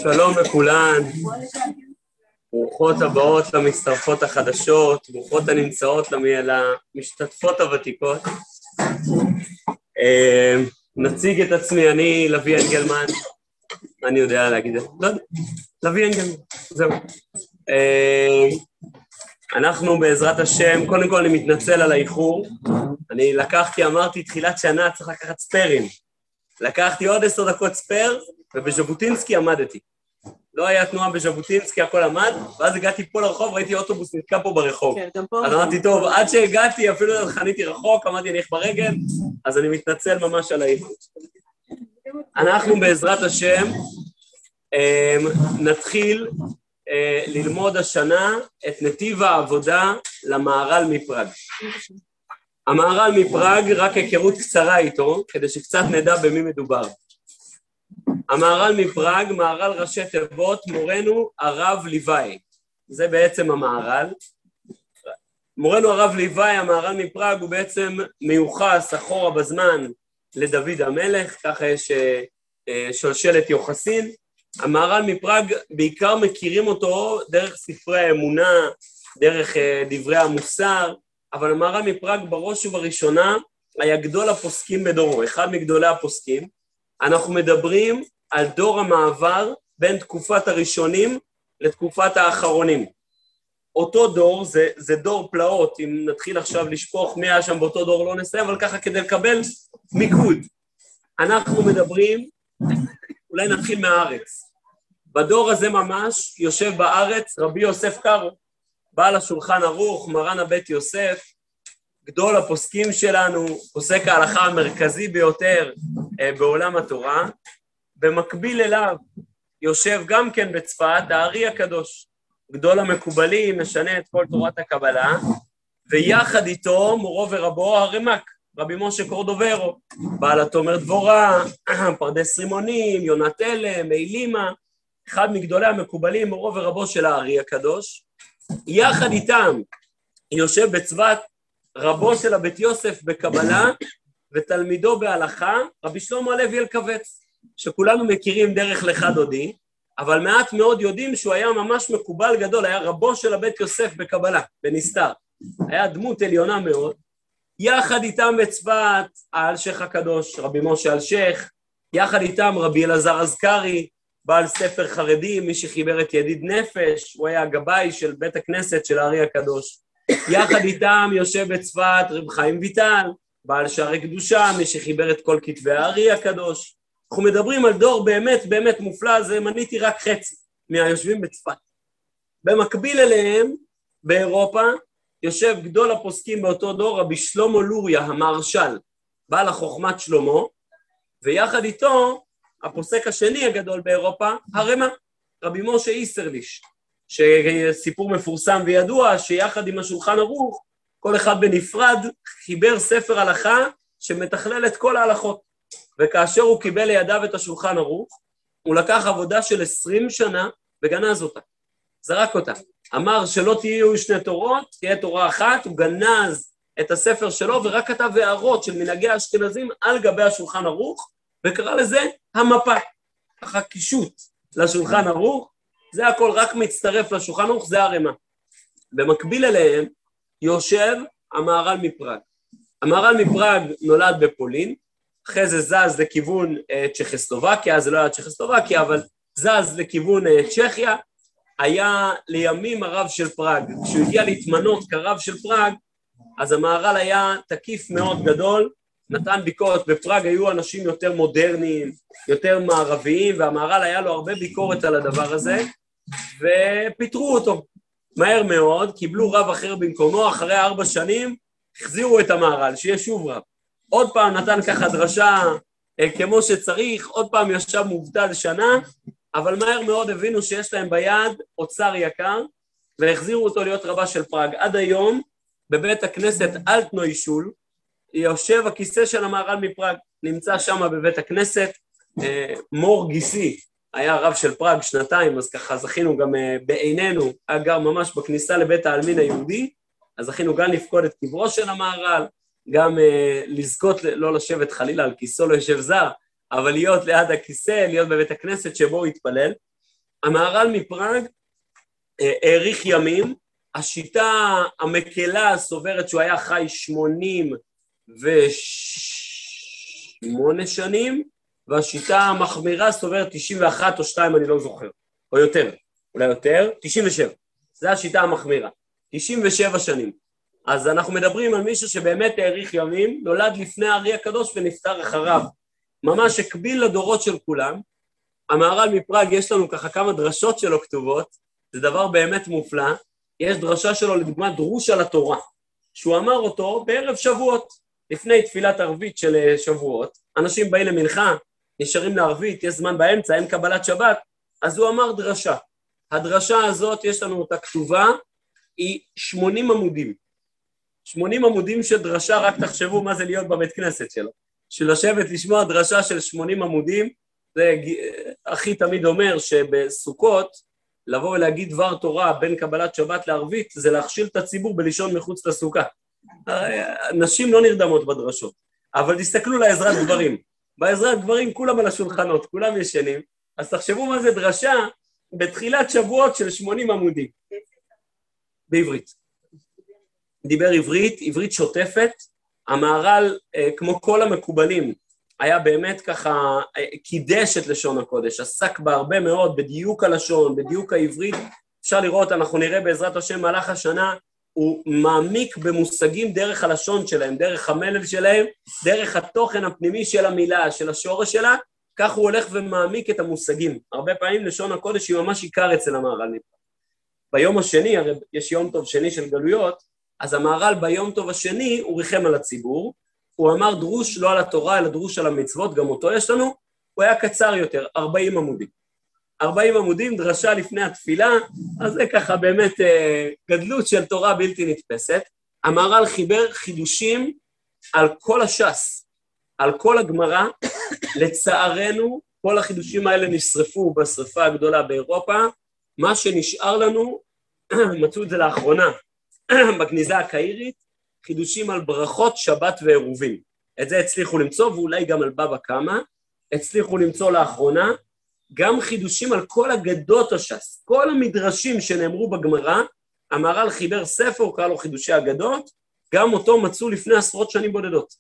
שלום לכולן, ברוכות הבאות למצטרפות החדשות, ברוכות הנמצאות למשתתפות הוותיקות. נציג את עצמי, אני לוי אנגלמן, אני יודע להגיד את זה, לא יודע, לוי אנגלמן, זהו. אנחנו בעזרת השם, קודם כל אני מתנצל על האיחור, אני לקחתי, אמרתי תחילת שנה צריך לקחת ספרים, לקחתי עוד 10 דקות ספר, ובז'בוטינסקי עמדתי. לא היה תנועה בז'בוטינסקי, הכל עמד, ואז הגעתי פה לרחוב, ראיתי אוטובוס נתקע פה ברחוב. אז אמרתי, טוב, עד שהגעתי, אפילו חניתי רחוק, אמרתי, אני איך ברגל, אז אני מתנצל ממש על האיחור. אנחנו בעזרת השם נתחיל ללמוד השנה את נתיב העבודה למהר"ל מפראג. המהר"ל מפראג, רק היכרות קצרה איתו, כדי שקצת נדע במי מדובר. המהר"ל מפראג, מהר"ל ראשי תיבות, מורנו הרב ליוואי. זה בעצם המהר"ל. מורנו הרב ליוואי, המהר"ל מפראג, הוא בעצם מיוחס אחורה בזמן לדוד המלך, ככה יש שושלת יוחסין. המהר"ל מפראג בעיקר מכירים אותו דרך ספרי האמונה, דרך דברי המוסר, אבל המהר"ל מפראג בראש ובראשונה היה גדול הפוסקים בדורו, אחד מגדולי הפוסקים. אנחנו מדברים על דור המעבר בין תקופת הראשונים לתקופת האחרונים. אותו דור, זה דור פלאות, אם נתחיל עכשיו לשפוך מי היה שם באותו דור לא נסיים, אבל ככה כדי לקבל מיקוד. אנחנו מדברים, אולי נתחיל מהארץ. בדור הזה ממש יושב בארץ רבי יוסף קארו, בעל השולחן ערוך, מרן הבית יוסף, גדול הפוסקים שלנו, פוסק ההלכה המרכזי ביותר בעולם התורה. במקביל אליו יושב גם כן בצפת הארי הקדוש, גדול המקובלים, משנה את כל תורת הקבלה, ויחד איתו מורו ורבו הרמ"ק, רבי משה קורדוברו, בעל התומר דבורה, פרדס רימונים, יונת אלם, אילימה, אחד מגדולי המקובלים, מורו ורבו של הארי הקדוש. יחד איתם יושב בצפת רבו של הבית יוסף בקבלה, ותלמידו בהלכה, רבי שלמה הלוי אלקבץ, שכולנו מכירים דרך לך דודי, אבל מעט מאוד יודעים שהוא היה ממש מקובל גדול, היה רבו של הבית יוסף בקבלה, בנסתר. היה דמות עליונה מאוד. יחד איתם בצפת האלשיך הקדוש, רבי משה אלשיך, יחד איתם רבי אלעזר אזכרי, בעל ספר חרדי, מי שחיבר את ידיד נפש, הוא היה הגבאי של בית הכנסת של הארי הקדוש. יחד איתם יושב בצפת רב חיים ויטל, בעל שערי קדושה, מי שחיבר את כל כתבי הארי הקדוש. אנחנו מדברים על דור באמת באמת מופלא, זה מניתי רק חצי מהיושבים בצפת. במקביל אליהם, באירופה, יושב גדול הפוסקים באותו דור, רבי שלמה לוריה, המהרש"ל, בעל החוכמת שלמה, ויחד איתו, הפוסק השני הגדול באירופה, הרמ"א, רבי משה איסרליש, שסיפור מפורסם וידוע, שיחד עם השולחן ערוך, כל אחד בנפרד חיבר ספר הלכה שמתכלל את כל ההלכות. וכאשר הוא קיבל לידיו את השולחן ערוך, הוא לקח עבודה של 20 שנה וגנז אותה, זרק אותה. אמר שלא תהיו שני תורות, תהיה תורה אחת, הוא גנז את הספר שלו ורק כתב הערות של מנהגי האשכנזים על גבי השולחן ערוך, וקרא לזה המפה, ככה קישוט לשולחן ערוך, זה הכל רק מצטרף לשולחן ערוך, זה הרמ"א. במקביל אליהם יושב המהר"ל מפראג. המהר"ל מפראג נולד בפולין, אחרי זה זז לכיוון צ'כוסלובקיה, זה לא היה צ'כוסלובקיה, אבל זז לכיוון צ'כיה, היה לימים הרב של פראג. כשהוא הגיע להתמנות כרב של פראג, אז המהר"ל היה תקיף מאוד גדול, נתן ביקורת. בפראג היו אנשים יותר מודרניים, יותר מערביים, והמהר"ל היה לו הרבה ביקורת על הדבר הזה, ופיטרו אותו. מהר מאוד, קיבלו רב אחר במקומו, אחרי 4 שנים, החזירו את המהר"ל, שיהיה שוב רב. עוד פעם נתן ככה דרשה כמו שצריך, עוד פעם ישב מובטל שנה, אבל מהר מאוד הבינו שיש להם ביד אוצר יקר, והחזירו אותו להיות רבה של פראג. עד היום, בבית הכנסת אלטנוישול, יושב הכיסא של המהר"ל מפראג, נמצא שם בבית הכנסת, מור גיסי, היה רב של פראג 2 אז ככה זכינו גם בעינינו, היה גר ממש בכניסה לבית העלמין היהודי, אז זכינו גם לפקוד את קברו של המהר"ל, גם לזכות לא לשבת חלילה על כיסו לא יושב זר, אבל להיות ליד הכיסא, להיות בבית הכנסת שבו הוא התפלל. המהר"ל מפראג האריך ימים, השיטה המקלה סוברת שהוא היה חי 88 שנים, והשיטה המחמירה סוברת 91 או 2, אני לא זוכר, או יותר, אולי יותר, 97, זו השיטה המחמירה, 97 שנים. אז אנחנו מדברים על מישהו שבאמת האריך ימים, נולד לפני הארי הקדוש ונפטר אחריו, ממש הקביל לדורות של כולם. המהר"ל מפראג, יש לנו ככה כמה דרשות שלו כתובות, זה דבר באמת מופלא. יש דרשה שלו לדוגמה דרוש על התורה, שהוא אמר אותו בערב שבועות, לפני תפילת ערבית של שבועות, אנשים באים למנחה, נשארים לערבית, יש זמן באמצע, אין קבלת שבת, אז הוא אמר דרשה. הדרשה הזאת, יש לנו אותה כתובה, היא 80 עמודים. 80 עמודים של דרשה, רק תחשבו מה זה להיות בבית כנסת שלו. של לשבת לשמוע דרשה של 80 עמודים, זה אחי תמיד אומר שבסוכות, לבוא ולהגיד דבר תורה בין קבלת שבת לערבית, זה להכשיל את הציבור בלישון מחוץ לסוכה. נשים לא נרדמות בדרשות, אבל תסתכלו לעזרת גברים. בעזרת גברים כולם על השולחנות, כולם ישנים, אז תחשבו מה זה דרשה בתחילת שבועות של 80 עמודים. בעברית. דיבר עברית, עברית שוטפת, המהר"ל, כמו כל המקובלים, היה באמת ככה, קידש את לשון הקודש, עסק בה הרבה מאוד בדיוק הלשון, בדיוק העברית, אפשר לראות, אנחנו נראה בעזרת השם מהלך השנה, הוא מעמיק במושגים דרך הלשון שלהם, דרך המלל שלהם, דרך התוכן הפנימי של המילה, של השורש שלה, כך הוא הולך ומעמיק את המושגים. הרבה פעמים לשון הקודש היא ממש עיקר אצל המהר"ל. ביום השני, הרי יש יום טוב שני של גלויות, אז המהר"ל ביום טוב השני הוא ריחם על הציבור, הוא אמר דרוש לא על התורה אלא דרוש על המצוות, גם אותו יש לנו, הוא היה קצר יותר, 40 עמודים. 40 עמודים, דרשה לפני התפילה, אז זה ככה באמת גדלות של תורה בלתי נתפסת. המהר"ל חיבר חידושים על כל הש"ס, על כל הגמרא, לצערנו כל החידושים האלה נשרפו בשריפה הגדולה באירופה, מה שנשאר לנו, מצאו את זה לאחרונה, בגניזה הקהירית, חידושים על ברכות, שבת ועירובין. את זה הצליחו למצוא, ואולי גם על בבא קמא, הצליחו למצוא לאחרונה, גם חידושים על כל אגדות הש"ס, כל המדרשים שנאמרו בגמרא, המהר"ל חיבר ספר, הוא קרא לו חידושי אגדות, גם אותו מצאו לפני עשרות שנים בודדות.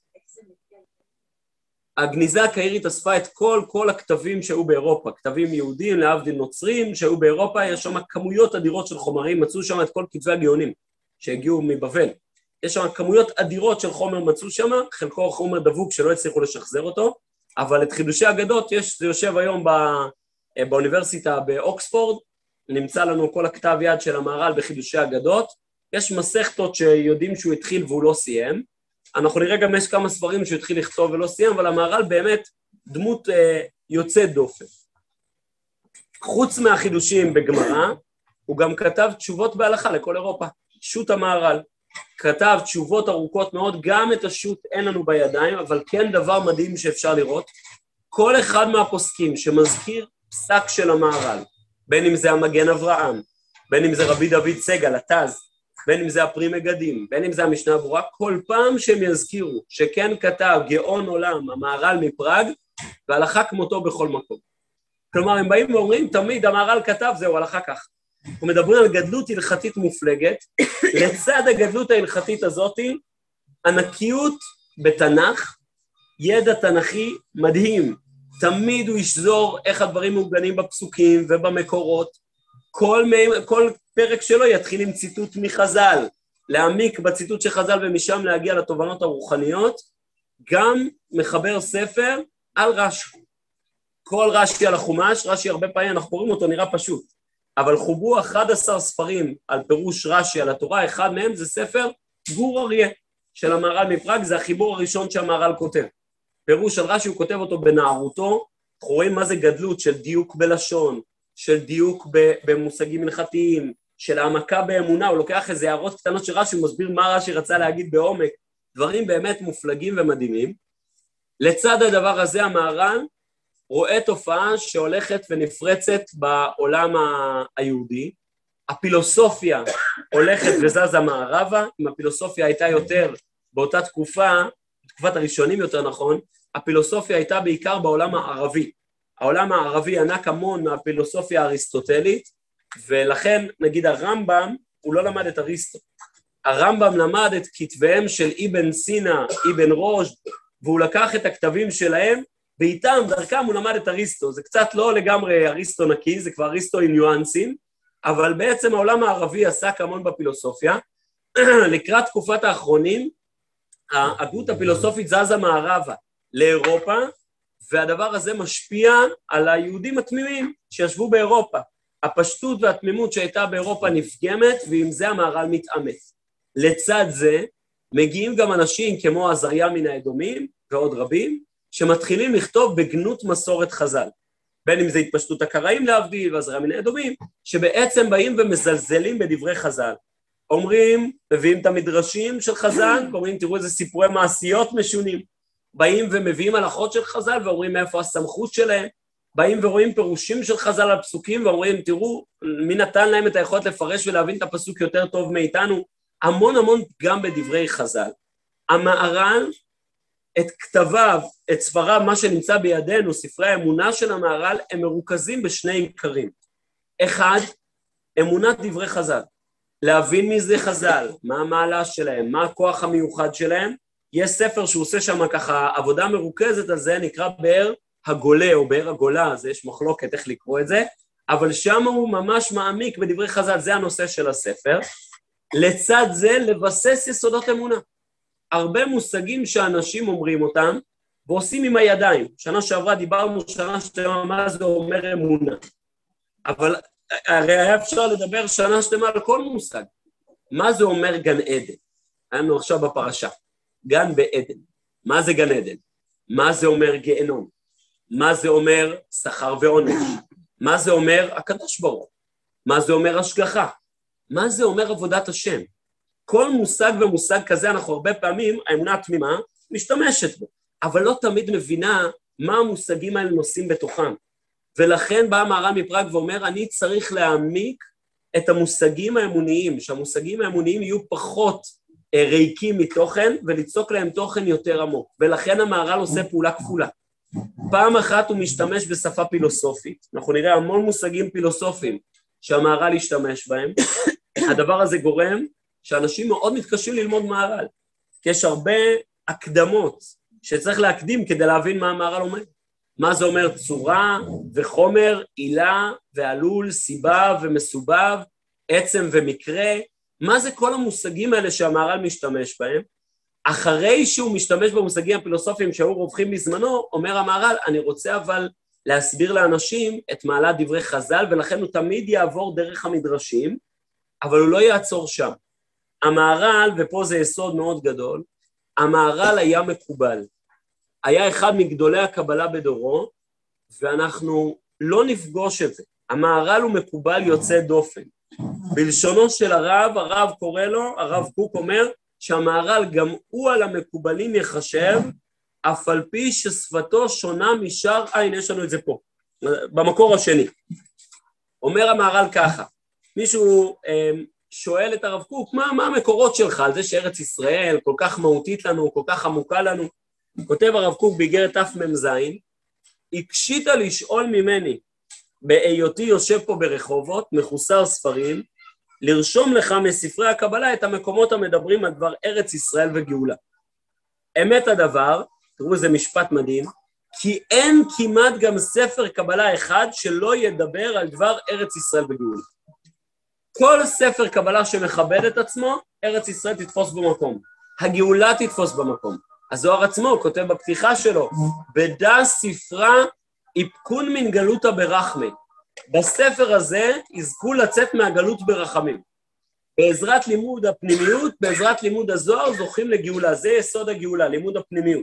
הגניזה הקהירית אספה את כל הכתבים שהיו באירופה, כתבים יהודים, להבדיל נוצרים, שהיו באירופה, יש שם כמויות אדירות של חומרים, מצאו שם את כל כתבי הגאונים שהגיעו מבבל. יש שם כמויות אדירות של חומר מצאו שם, חלקו חומר דבוק שלא הצליחו לשחזר אותו, אבל את חידושי אגדות, זה יושב היום באוניברסיטה באוקספורד, נמצא לנו כל הכתב יד של המהר"ל בחידושי אגדות, יש מסכתות שיודעים שהוא התחיל והוא לא סיים, אנחנו נראה גם יש כמה ספרים שהוא התחיל לכתוב ולא סיים, אבל המהר"ל באמת דמות יוצאת דופן. חוץ מהחידושים בגמרא, הוא גם כתב תשובות בהלכה לכל אירופה, שו"ת המהר"ל. כתב תשובות ארוכות מאוד, גם את השו"ת אין לנו בידיים, אבל כן דבר מדהים שאפשר לראות, כל אחד מהפוסקים שמזכיר פסק של המהר"ל, בין אם זה המגן אברהם, בין אם זה רבי דוד סגל, התז, בין אם זה הפרי מגדים, בין אם זה המשנה ברורה, כל פעם שהם יזכירו שכן כתב גאון עולם המהר"ל מפראג, והלכה כמותו בכל מקום. כלומר, הם באים ואומרים, תמיד המהר"ל כתב, זהו, הלכה כך. אנחנו מדברים על גדלות הלכתית מופלגת, לצד הגדלות ההלכתית הזאת, ענקיות בתנ"ך, ידע תנ"כי מדהים, תמיד הוא ישזור איך הדברים מעוגנים בפסוקים ובמקורות, כל פרק שלו יתחיל עם ציטוט מחז"ל, להעמיק בציטוט של חז"ל ומשם להגיע לתובנות הרוחניות, גם מחבר ספר על רש"י. כל רש"י על החומש, רש"י הרבה פעמים אנחנו קוראים אותו נראה פשוט, אבל חוברו 11 ספרים על פירוש רש"י על התורה, אחד מהם זה ספר גור אריה של המהר"ל מפראג, זה החיבור הראשון שהמהר"ל כותב. פירוש על רש"י הוא כותב אותו בנערותו, אנחנו רואים מה זה גדלות של דיוק בלשון, של דיוק במושגים הלכתיים, של העמקה באמונה, הוא לוקח איזה הערות קטנות של רש"י, הוא מסביר מה רש"י רצה להגיד בעומק, דברים באמת מופלגים ומדהימים. לצד הדבר הזה המהר"ל רואה תופעה שהולכת ונפרצת בעולם היהודי, הפילוסופיה הולכת וזזה מערבה, אם הפילוסופיה הייתה יותר באותה תקופה, בתקופת הראשונים יותר נכון, הפילוסופיה הייתה בעיקר בעולם הערבי, העולם הערבי ענק המון מהפילוסופיה האריסטוטלית, ולכן נגיד הרמב"ם, הוא לא למד את אריסטו. הרמב"ם למד את כתביהם של אבן סינה, אבן רושד, והוא לקח את הכתבים שלהם, ואיתם, דרכם הוא למד את אריסטו. זה קצת לא לגמרי אריסטו נקי, זה כבר אריסטו עם ניואנסים, אבל בעצם העולם הערבי עסק המון בפילוסופיה. לקראת תקופת האחרונים, ההגות הפילוסופית זזה מערבה לאירופה, והדבר הזה משפיע על היהודים התמימים שישבו באירופה. הפשטות והתמימות שהייתה באירופה נפגמת, ועם זה המהר"ל מתאמץ. לצד זה, מגיעים גם אנשים כמו עזריה מן האדומים, ועוד רבים, שמתחילים לכתוב בגנות מסורת חז"ל. בין אם זה התפשטות הקראים להבדיל, ועזריה מן האדומים, שבעצם באים ומזלזלים בדברי חז"ל. אומרים, מביאים את המדרשים של חז"ל, ואומרים, תראו איזה סיפורי מעשיות משונים. באים ומביאים הלכות של חז"ל, ואומרים מאיפה הסמכות שלהם. באים ורואים פירושים של חז"ל על פסוקים, ואומרים, תראו, מי נתן להם את היכולת לפרש ולהבין את הפסוק יותר טוב מאיתנו. המון המון פגם בדברי חז"ל. המהר"ל, את כתביו, את ספריו, מה שנמצא בידינו, ספרי האמונה של המהר"ל, הם מרוכזים בשני עיקרים. אחד, אמונת דברי חז"ל. להבין מי זה חז"ל, מה המעלה שלהם, מה הכוח המיוחד שלהם. יש ספר שהוא עושה שם ככה עבודה מרוכזת על זה, נקרא באר הגולה או באר הגולה, אז יש מחלוקת איך לקרוא את זה, אבל שם הוא ממש מעמיק בדברי חז"ל, זה הנושא של הספר. לצד זה לבסס יסודות אמונה. הרבה מושגים שאנשים אומרים אותם, ועושים עם הידיים. שנה שעברה דיברנו שנה שלמה מה זה אומר אמונה. אבל הרי היה אפשר לדבר שנה שלמה על כל מושג. מה זה אומר גן עדן? היינו עכשיו בפרשה. גן בעדן. מה זה גן עדן? מה זה אומר גיהנום? מה זה אומר שכר ועונש? מה זה אומר הקדוש ברוך? מה זה אומר השגחה? מה זה אומר עבודת השם? כל מושג ומושג כזה אנחנו הרבה פעמים, האמונה התמימה, משתמשת בו, אבל לא תמיד מבינה מה המושגים האלה נושאים בתוכם. ולכן בא המהר"ל מפראג ואומר, אני צריך להעמיק את המושגים האמוניים, שהמושגים האמוניים יהיו פחות ריקים מתוכן, וליצוק להם תוכן יותר עמוק. ולכן המהר"ל עושה פעולה כפולה. פעם אחת הוא משתמש בשפה פילוסופית, אנחנו נראה המון מושגים פילוסופיים שהמהר"ל ישתמש בהם. הדבר הזה גורם שאנשים מאוד מתקשים ללמוד מהר"ל, כי יש הרבה הקדמות שצריך להקדים כדי להבין מה המהר"ל אומר. מה זה אומר צורה וחומר, עילה ועלול, סיבה ומסובב, עצם ומקרה, מה זה כל המושגים האלה שהמהר"ל משתמש בהם? אחרי שהוא משתמש במושגים הפילוסופיים שהיו רווחים בזמנו, אומר המהר"ל, אני רוצה אבל להסביר לאנשים את מעלת דברי חז"ל, ולכן הוא תמיד יעבור דרך המדרשים, אבל הוא לא יעצור שם. המהר"ל, ופה זה יסוד מאוד גדול, המהר"ל היה מקובל. היה אחד מגדולי הקבלה בדורו, ואנחנו לא נפגוש את זה. המהר"ל הוא מקובל יוצא דופן. בלשונו של הרב קורא לו, הרב קוק אומר, שהמהר"ל גם הוא על המקובלים יחשב, אף על פי ששפתו שונה משאר, יש לנו את זה פה, במקור השני. אומר המהר"ל ככה, מישהו שואל את הרב קוק, מה המקורות שלך על זה שארץ ישראל כל כך מהותית לנו, כל כך עמוקה לנו? כותב הרב קוק באיגרת תמ"ז, הקשית לשאול ממני, בהיותי יושב פה ברחובות, מחוסר ספרים, לרשום לך מספרי הקבלה את המקומות המדברים על דבר ארץ ישראל וגאולה. אמת הדבר, תראו איזה משפט מדהים, כי אין כמעט גם ספר קבלה אחד שלא ידבר על דבר ארץ ישראל וגאולה. כל ספר קבלה שמכבד את עצמו, ארץ ישראל תתפוס במקום. הגאולה תתפוס במקום. הזוהר עצמו כותב בפתיחה שלו, בדע ספרה איפקון מן גלותא ברחמי. בספר הזה יזכו לצאת מהגלות ברחמים. בעזרת לימוד הפנימיות, בעזרת לימוד הזוהר, זוכים לגאולה. זה יסוד הגאולה, לימוד הפנימיות.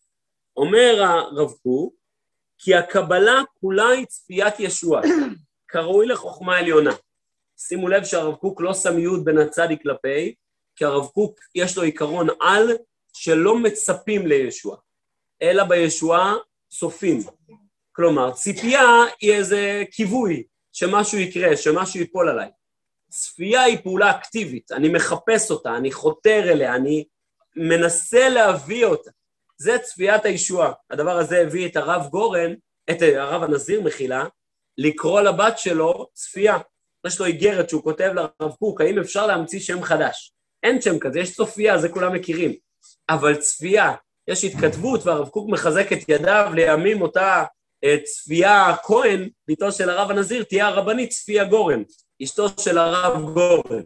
אומר הרב קוק, כי הקבלה כולה היא צפיית ישוע, קרוי לחוכמה עליונה. שימו לב שהרב קוק לא שם יוד בין הצדיק כלפי, כי הרב קוק יש לו עיקרון על שלא מצפים לישוע, אלא בישועה צופים. כלומר, ציפייה היא איזה כיווי, שמשהו יקרה, שמשהו ייפול עליי. צפייה היא פעולה אקטיבית, אני מחפש אותה, אני חותר אליה, אני מנסה להביא אותה. זה צפיית הישועה. הדבר הזה הביא את הרב גורן את הרב הנזיר מחילה, לקרוא לבת שלו צפייה. יש לו איגרת שהוא כותב לרב קוק, האם אפשר להמציא שם חדש? אין שם כזה, יש צופיה, זה כולם מכירים. אבל צפייה, יש התכתבות, והרב קוק מחזק את ידיו לימים אותה צפייה כהן, ביתו של הרב הנזיר, תהיה הרבנית צפייה גורן, אשתו של הרב גורן.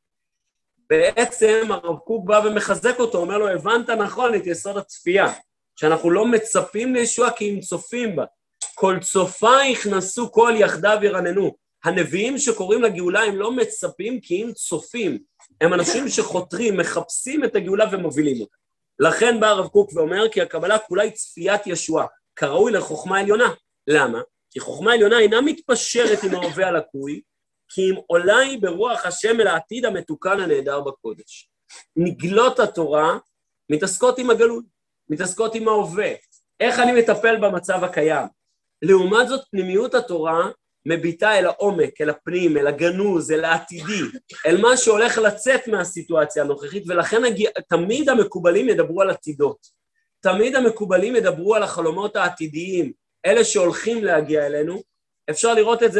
בעצם הרב קוק בא ומחזק אותו, אומר לו, הבנת נכון את יסוד הצפייה, שאנחנו לא מצפים לישוע כי אם צופים בה. כל צופייך נסו כל יחדיו ירננו. הנביאים שקוראים לגאולה הם לא מצפים כי אם צופים. הם אנשים שחותרים, מחפשים את הגאולה ומובילים אותה. לכן בא הרב קוק ואומר כי הקבלה כולה היא צפיית ישועה, כראוי לחוכמה עליונה. למה? כי חוכמה עליונה אינה מתפשרת עם ההווה הלקוי, כי אם עולה היא ברוח השם אל העתיד המתוקן הנהדר בקודש. נגלות התורה מתעסקות עם הגלוי, מתעסקות עם ההווה. איך אני מטפל במצב הקיים? לעומת זאת פנימיות התורה מביטה אל העומק, אל הפנים, אל הגנוז, אל העתידי, אל מה שהולך לצאת מהסיטואציה הנוכחית, ולכן תמיד המקובלים ידברו על עתידות. תמיד המקובלים ידברו על החלומות העתידיים, אלה שהולכים להגיע אלינו. אפשר לראות את זה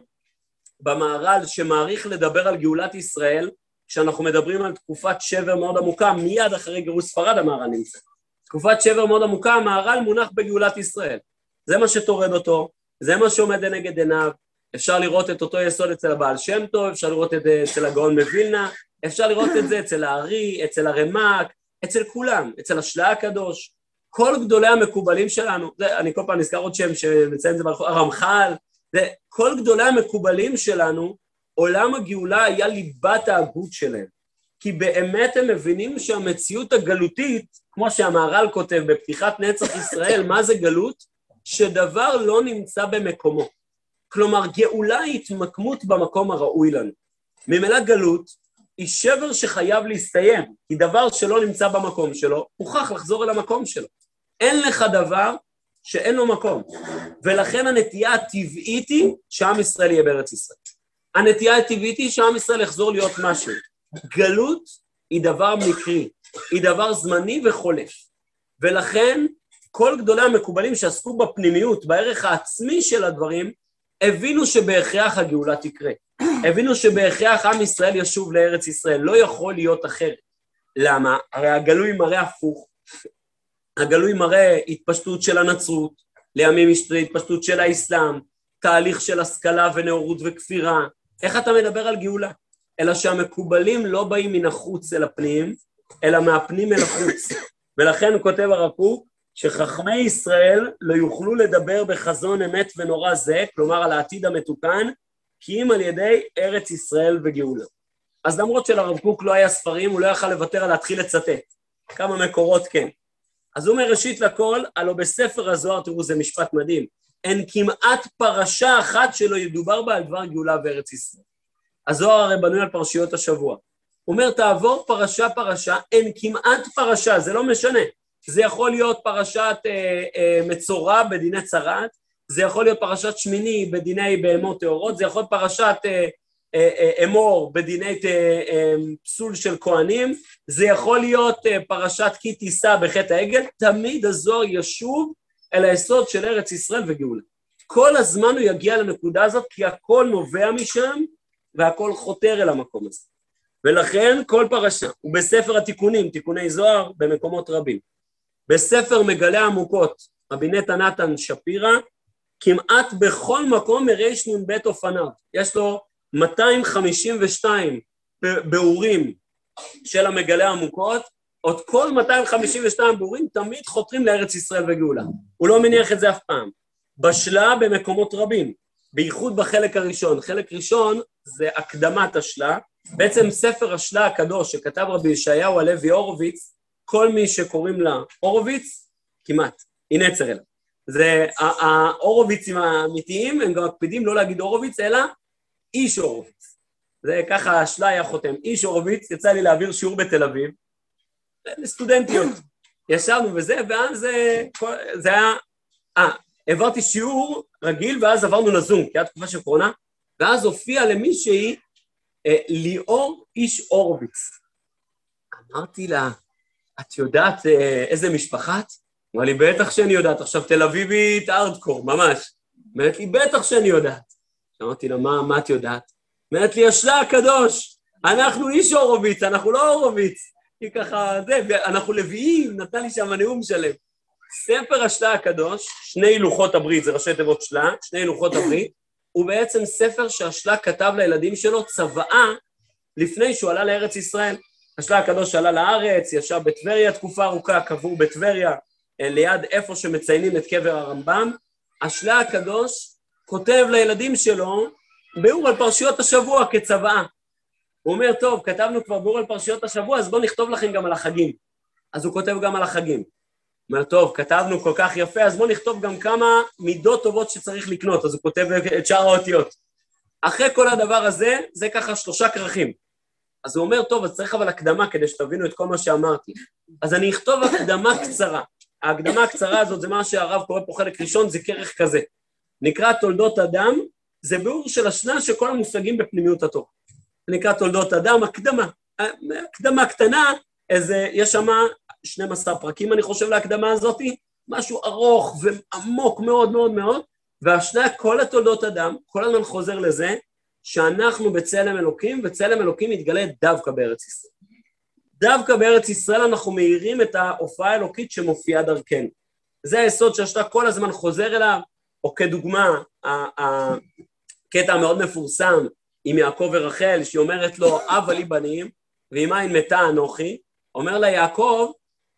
במהר"ל שמעריך לדבר על גאולת ישראל, כשאנחנו מדברים על תקופת שבר מאוד עמוקה, מיד אחרי גירוש ספרד המהר"ל נמצא. תקופת שבר מאוד עמוקה, המהר"ל מונח בגאולת ישראל. זה מה שתורד אותו, זה מה שעומד לנגד עיניו. אפשר לראות את אותו יסוד אצל הבעל שם טוב, אפשר לראות את זה אצל הגאון מווילנה, אפשר לראות את זה אצל הארי, אצל הרמ"ק, אצל כולם, אצל השל"ה הקדוש. כל גדולי המקובלים שלנו, אני כל פעם נזכר עוד שם שמציין את זה ברחוב, הרמח"ל, כל גדולי המקובלים שלנו, עולם הגאולה היה ליבת ההגות שלהם. כי באמת הם מבינים שהמציאות הגלותית, כמו שהמהר"ל כותב בפתיחת נצח ישראל, מה זה גלות? שדבר לא נמצא במקומו. כלומר, גאולה היא התמקמות במקום הראוי לנו. ממילא גלות היא שבר שחייב להסתיים, כי דבר שלא נמצא במקום שלו, הוכח לחזור אל המקום שלו. אין לך דבר שאין לו מקום. ולכן הנטייה הטבעית היא שעם ישראל יהיה בארץ ישראל. הנטייה הטבעית היא שעם ישראל יחזור להיות משהו. גלות היא דבר מקרי, היא דבר זמני וחולף. ולכן כל גדולי המקובלים שעסקו בפנימיות, בערך העצמי של הדברים, הבינו שבהכרח הגאולה תקרה. הבינו שבהכרח עם ישראל ישוב לארץ ישראל, לא יכול להיות אחרת. למה? הרי הגלוי מראה הפוך. הגלוי מראה התפשטות של הנצרות, לימים התפשטות של האסלאם, תהליך של השכלה ונאורות וכפירה. איך אתה מדבר על גאולה? אלא שהמקובלים לא באים מן החוץ אל הפנים, אלא מהפנים אל החוץ. ולכן הוא כותב הרב קוק, שחכמי ישראל לא יוכלו לדבר בחזון אמת ונורא זה, כלומר על העתיד המתוקן, כי אם על ידי ארץ ישראל וגאולה. אז למרות שלרב קוק לא היה ספרים, הוא לא יכל לוותר על להתחיל לצטט. כמה מקורות כן. אז הוא אומר ראשית לכל, הלא בספר הזוהר, תראו זה משפט מדהים, אין כמעט פרשה אחת שלא ידובר בה על דבר גאולה בארץ ישראל. הזוהר הרי בנוי על פרשיות השבוע. הוא אומר תעבור פרשה פרשה, אין כמעט פרשה, זה לא משנה. זה יכול להיות פרשת מצורע בדיני צרת, זה יכול להיות פרשת שמיני בדיני בהמות טהורות, זה יכול להיות פרשת אמור בדיני פסול של כהנים, זה יכול להיות פרשת כי תישא בחטא העגל, תמיד הזוהר ישוב אל היסוד של ארץ ישראל וגאולה. כל הזמן הוא יגיע לנקודה הזאת, כי הכל נובע משם, והכל חותר אל המקום הזה. ולכן כל פרשה, ובספר התיקונים, תיקוני זוהר במקומות רבים, בספר מגלה עמוקות, רבי נתן שפירא, כמעט בכל מקום מריש נ"ב אופניו. יש לו 252 ביאורים של המגלה עמוקות, עוד כל 252 ביאורים תמיד חותרים לארץ ישראל וגאולה. הוא לא מניח את זה אף פעם. בשלה במקומות רבים, בייחוד בחלק הראשון. חלק ראשון זה הקדמת השלה, בעצם ספר השלה הקדוש שכתב רבי ישעיהו הלוי הורוביץ, כל מי שקוראים לה הורוביץ, כמעט, היא נצר אליו. זה ההורוביצים האמיתיים, הם גם מקפידים לא להגיד הורוביץ, אלא איש הורוביץ. זה ככה השלה היה חותם. איש הורוביץ, יצא לי להעביר שיעור בתל אביב, לסטודנטיות. ישבנו וזה, ואז זה היה, העברתי שיעור רגיל, ואז עברנו לזום, כי היה תקופה של קורונה, ואז הופיע למישהי ליאור איש הורוביץ. אמרתי לה, את יודעת איזה משפחת? אמרה לי, בטח שאני יודעת, עכשיו תל אביבית ארדקור, ממש. אומרת לי, בטח שאני יודעת. אמרתי לה, מה את יודעת? אומרת לי, השלה הקדוש, אנחנו איש הורוביץ, אנחנו לא הורוביץ. כי ככה, אנחנו לוויים, נתנה לי שם נאום שלם. ספר השלה הקדוש, שני לוחות הברית, זה ראשי תיבות שלה, שני לוחות הברית, הוא בעצם ספר שהשלה כתב לילדים שלו צוואה לפני שהוא עלה לארץ ישראל. השלה הקדוש עלה לארץ, ישב בטבריה תקופה ארוכה, קבור בטבריה, ליד איפה שמציינים את קבר הרמב"ם. השלה הקדוש כותב לילדים שלו ביאור על פרשיות השבוע כצוואה. הוא אומר, טוב, כתבנו כבר ביאור על פרשיות השבוע, אז בואו נכתוב לכם גם על החגים. אז הוא כותב גם על החגים. הוא אומר, טוב, כתבנו כל כך יפה, אז בואו נכתוב גם כמה מידות טובות שצריך לקנות. אז הוא כותב את שאר האותיות. אחרי כל הדבר הזה, זה ככה 3 כרכים. אז הוא אומר, טוב, אז צריך אבל הקדמה כדי שתבינו את כל מה שאמרתי. אז אני אכתוב הקדמה קצרה. ההקדמה הקצרה הזאת זה מה שהרב קורא פה חלק ראשון, זה כרך כזה. נקרא תולדות אדם, זה ביאור של השנה של כל המושגים בפנימיות התורה. נקרא תולדות אדם, הקדמה קטנה, יש שם 12 פרקים אני חושב להקדמה הזאת, משהו ארוך ועמוק מאוד מאוד מאוד, והשנה כל התולדות אדם, כל הזמן חוזר לזה, שאנחנו בצלם אלוקים, וצלם אלוקים מתגלה דווקא בארץ ישראל. דווקא בארץ ישראל אנחנו מאירים את ההופעה האלוקית שמופיעה דרכנו. זה היסוד שהשתה כל הזמן חוזר אליו, או כדוגמה, הקטע המאוד מפורסם עם יעקב ורחל, שהיא אומרת לו, אב לי בנים, ועם עין מתה אנוכי, אומר לה יעקב,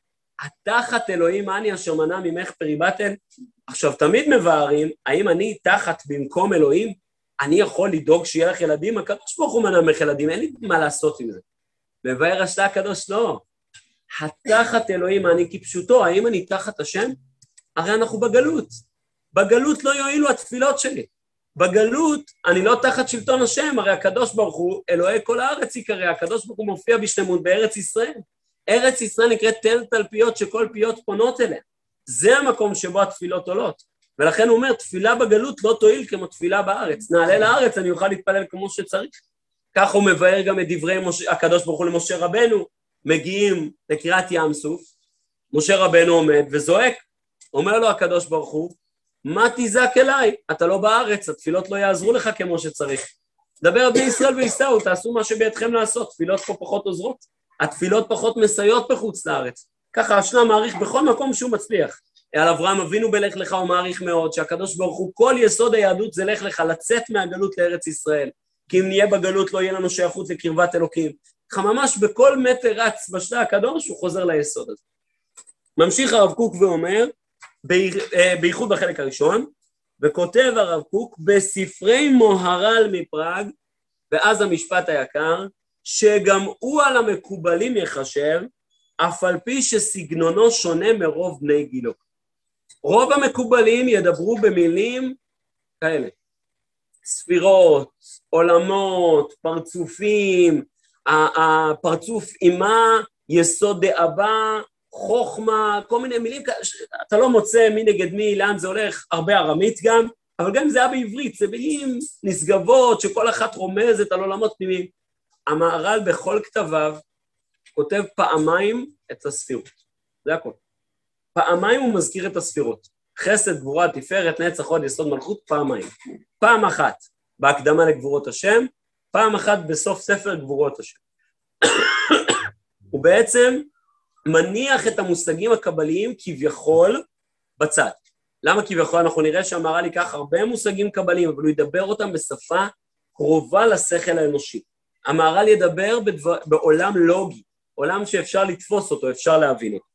התחת אלוהים אני אשר מנע ממך פרי בטן. עכשיו תמיד מבארים, האם אני תחת במקום אלוהים, אני יכול לדאוג שיהיה לך ילדים? הקדוש ברוך הוא מנע ממך ילדים, אין לי מה לעשות עם זה. מבאר השתה הקדוש, לא. התחת אלוהים אני כפשוטו, האם אני תחת השם? הרי אנחנו בגלות. בגלות לא יועילו התפילות שלי. בגלות אני לא תחת שלטון השם, הרי הקדוש ברוך הוא, אלוהי כל הארץ יקרא, הקדוש ברוך הוא מופיע בשלמות בארץ ישראל. ארץ ישראל נקראת תל תלפיות שכל פיות פונות אליה. זה המקום שבו התפילות עולות. ולכן הוא אומר, תפילה בגלות לא תועיל כמו תפילה בארץ. נעלה לארץ, אני אוכל להתפלל כמו שצריך. כך הוא מבאר גם את דברי הקדוש ברוך הוא למשה רבנו, מגיעים לקריאת ים סוף, משה רבנו עומד וזועק, אומר לו הקדוש ברוך הוא, מה תזעק אליי? אתה לא בארץ, התפילות לא יעזרו לך כמו שצריך. דבר בני ישראל ויסעו, תעשו מה שבידכם לעשות, תפילות פה פחות עוזרות, התפילות פחות מסייעות בחוץ לארץ. ככה השנה מעריך בכל מקום שהוא מצליח. על אברהם אבינו בלך לך הוא מעריך מאוד, שהקדוש ברוך הוא כל יסוד היהדות זה לך לך לצאת מהגלות לארץ ישראל, כי אם נהיה בגלות לא יהיה לנו שייכות לקרבת אלוקים. ככה ממש בכל מטר רץ בשנה הקדוש הוא חוזר ליסוד הזה. ממשיך הרב קוק ואומר, בייחוד בחלק הראשון, וכותב הרב קוק בספרי מוהר"ל מפראג, ואז המשפט היקר, שגם הוא על המקובלים יחשב, אף על פי שסגנונו שונה מרוב בני גילו. רוב המקובלים ידברו במילים כאלה, ספירות, עולמות, פרצופים, הפרצוף אימה, יסוד דאבה, חוכמה, כל מיני מילים, אתה לא מוצא מי נגד מי, לאן זה הולך, הרבה ארמית גם, אבל גם זה היה בעברית, זה מילים נשגבות שכל אחת רומזת על עולמות פנימיים. המהר"ל בכל כתביו כותב פעמיים את הספירות, זה הכל. פעמיים הוא מזכיר את הספירות, חסד, גבורה, תפארת, נצח, הוד, יסוד, מלכות, פעמיים. פעם אחת בהקדמה לגבורות השם, פעם אחת בסוף ספר גבורות השם. הוא בעצם מניח את המושגים הקבליים כביכול בצד. למה כביכול? אנחנו נראה שהמהר"ל ייקח הרבה מושגים קבליים, אבל הוא ידבר אותם בשפה קרובה לשכל האנושי. המהר"ל ידבר בעולם לוגי, עולם שאפשר לתפוס אותו, אפשר להבין אותו.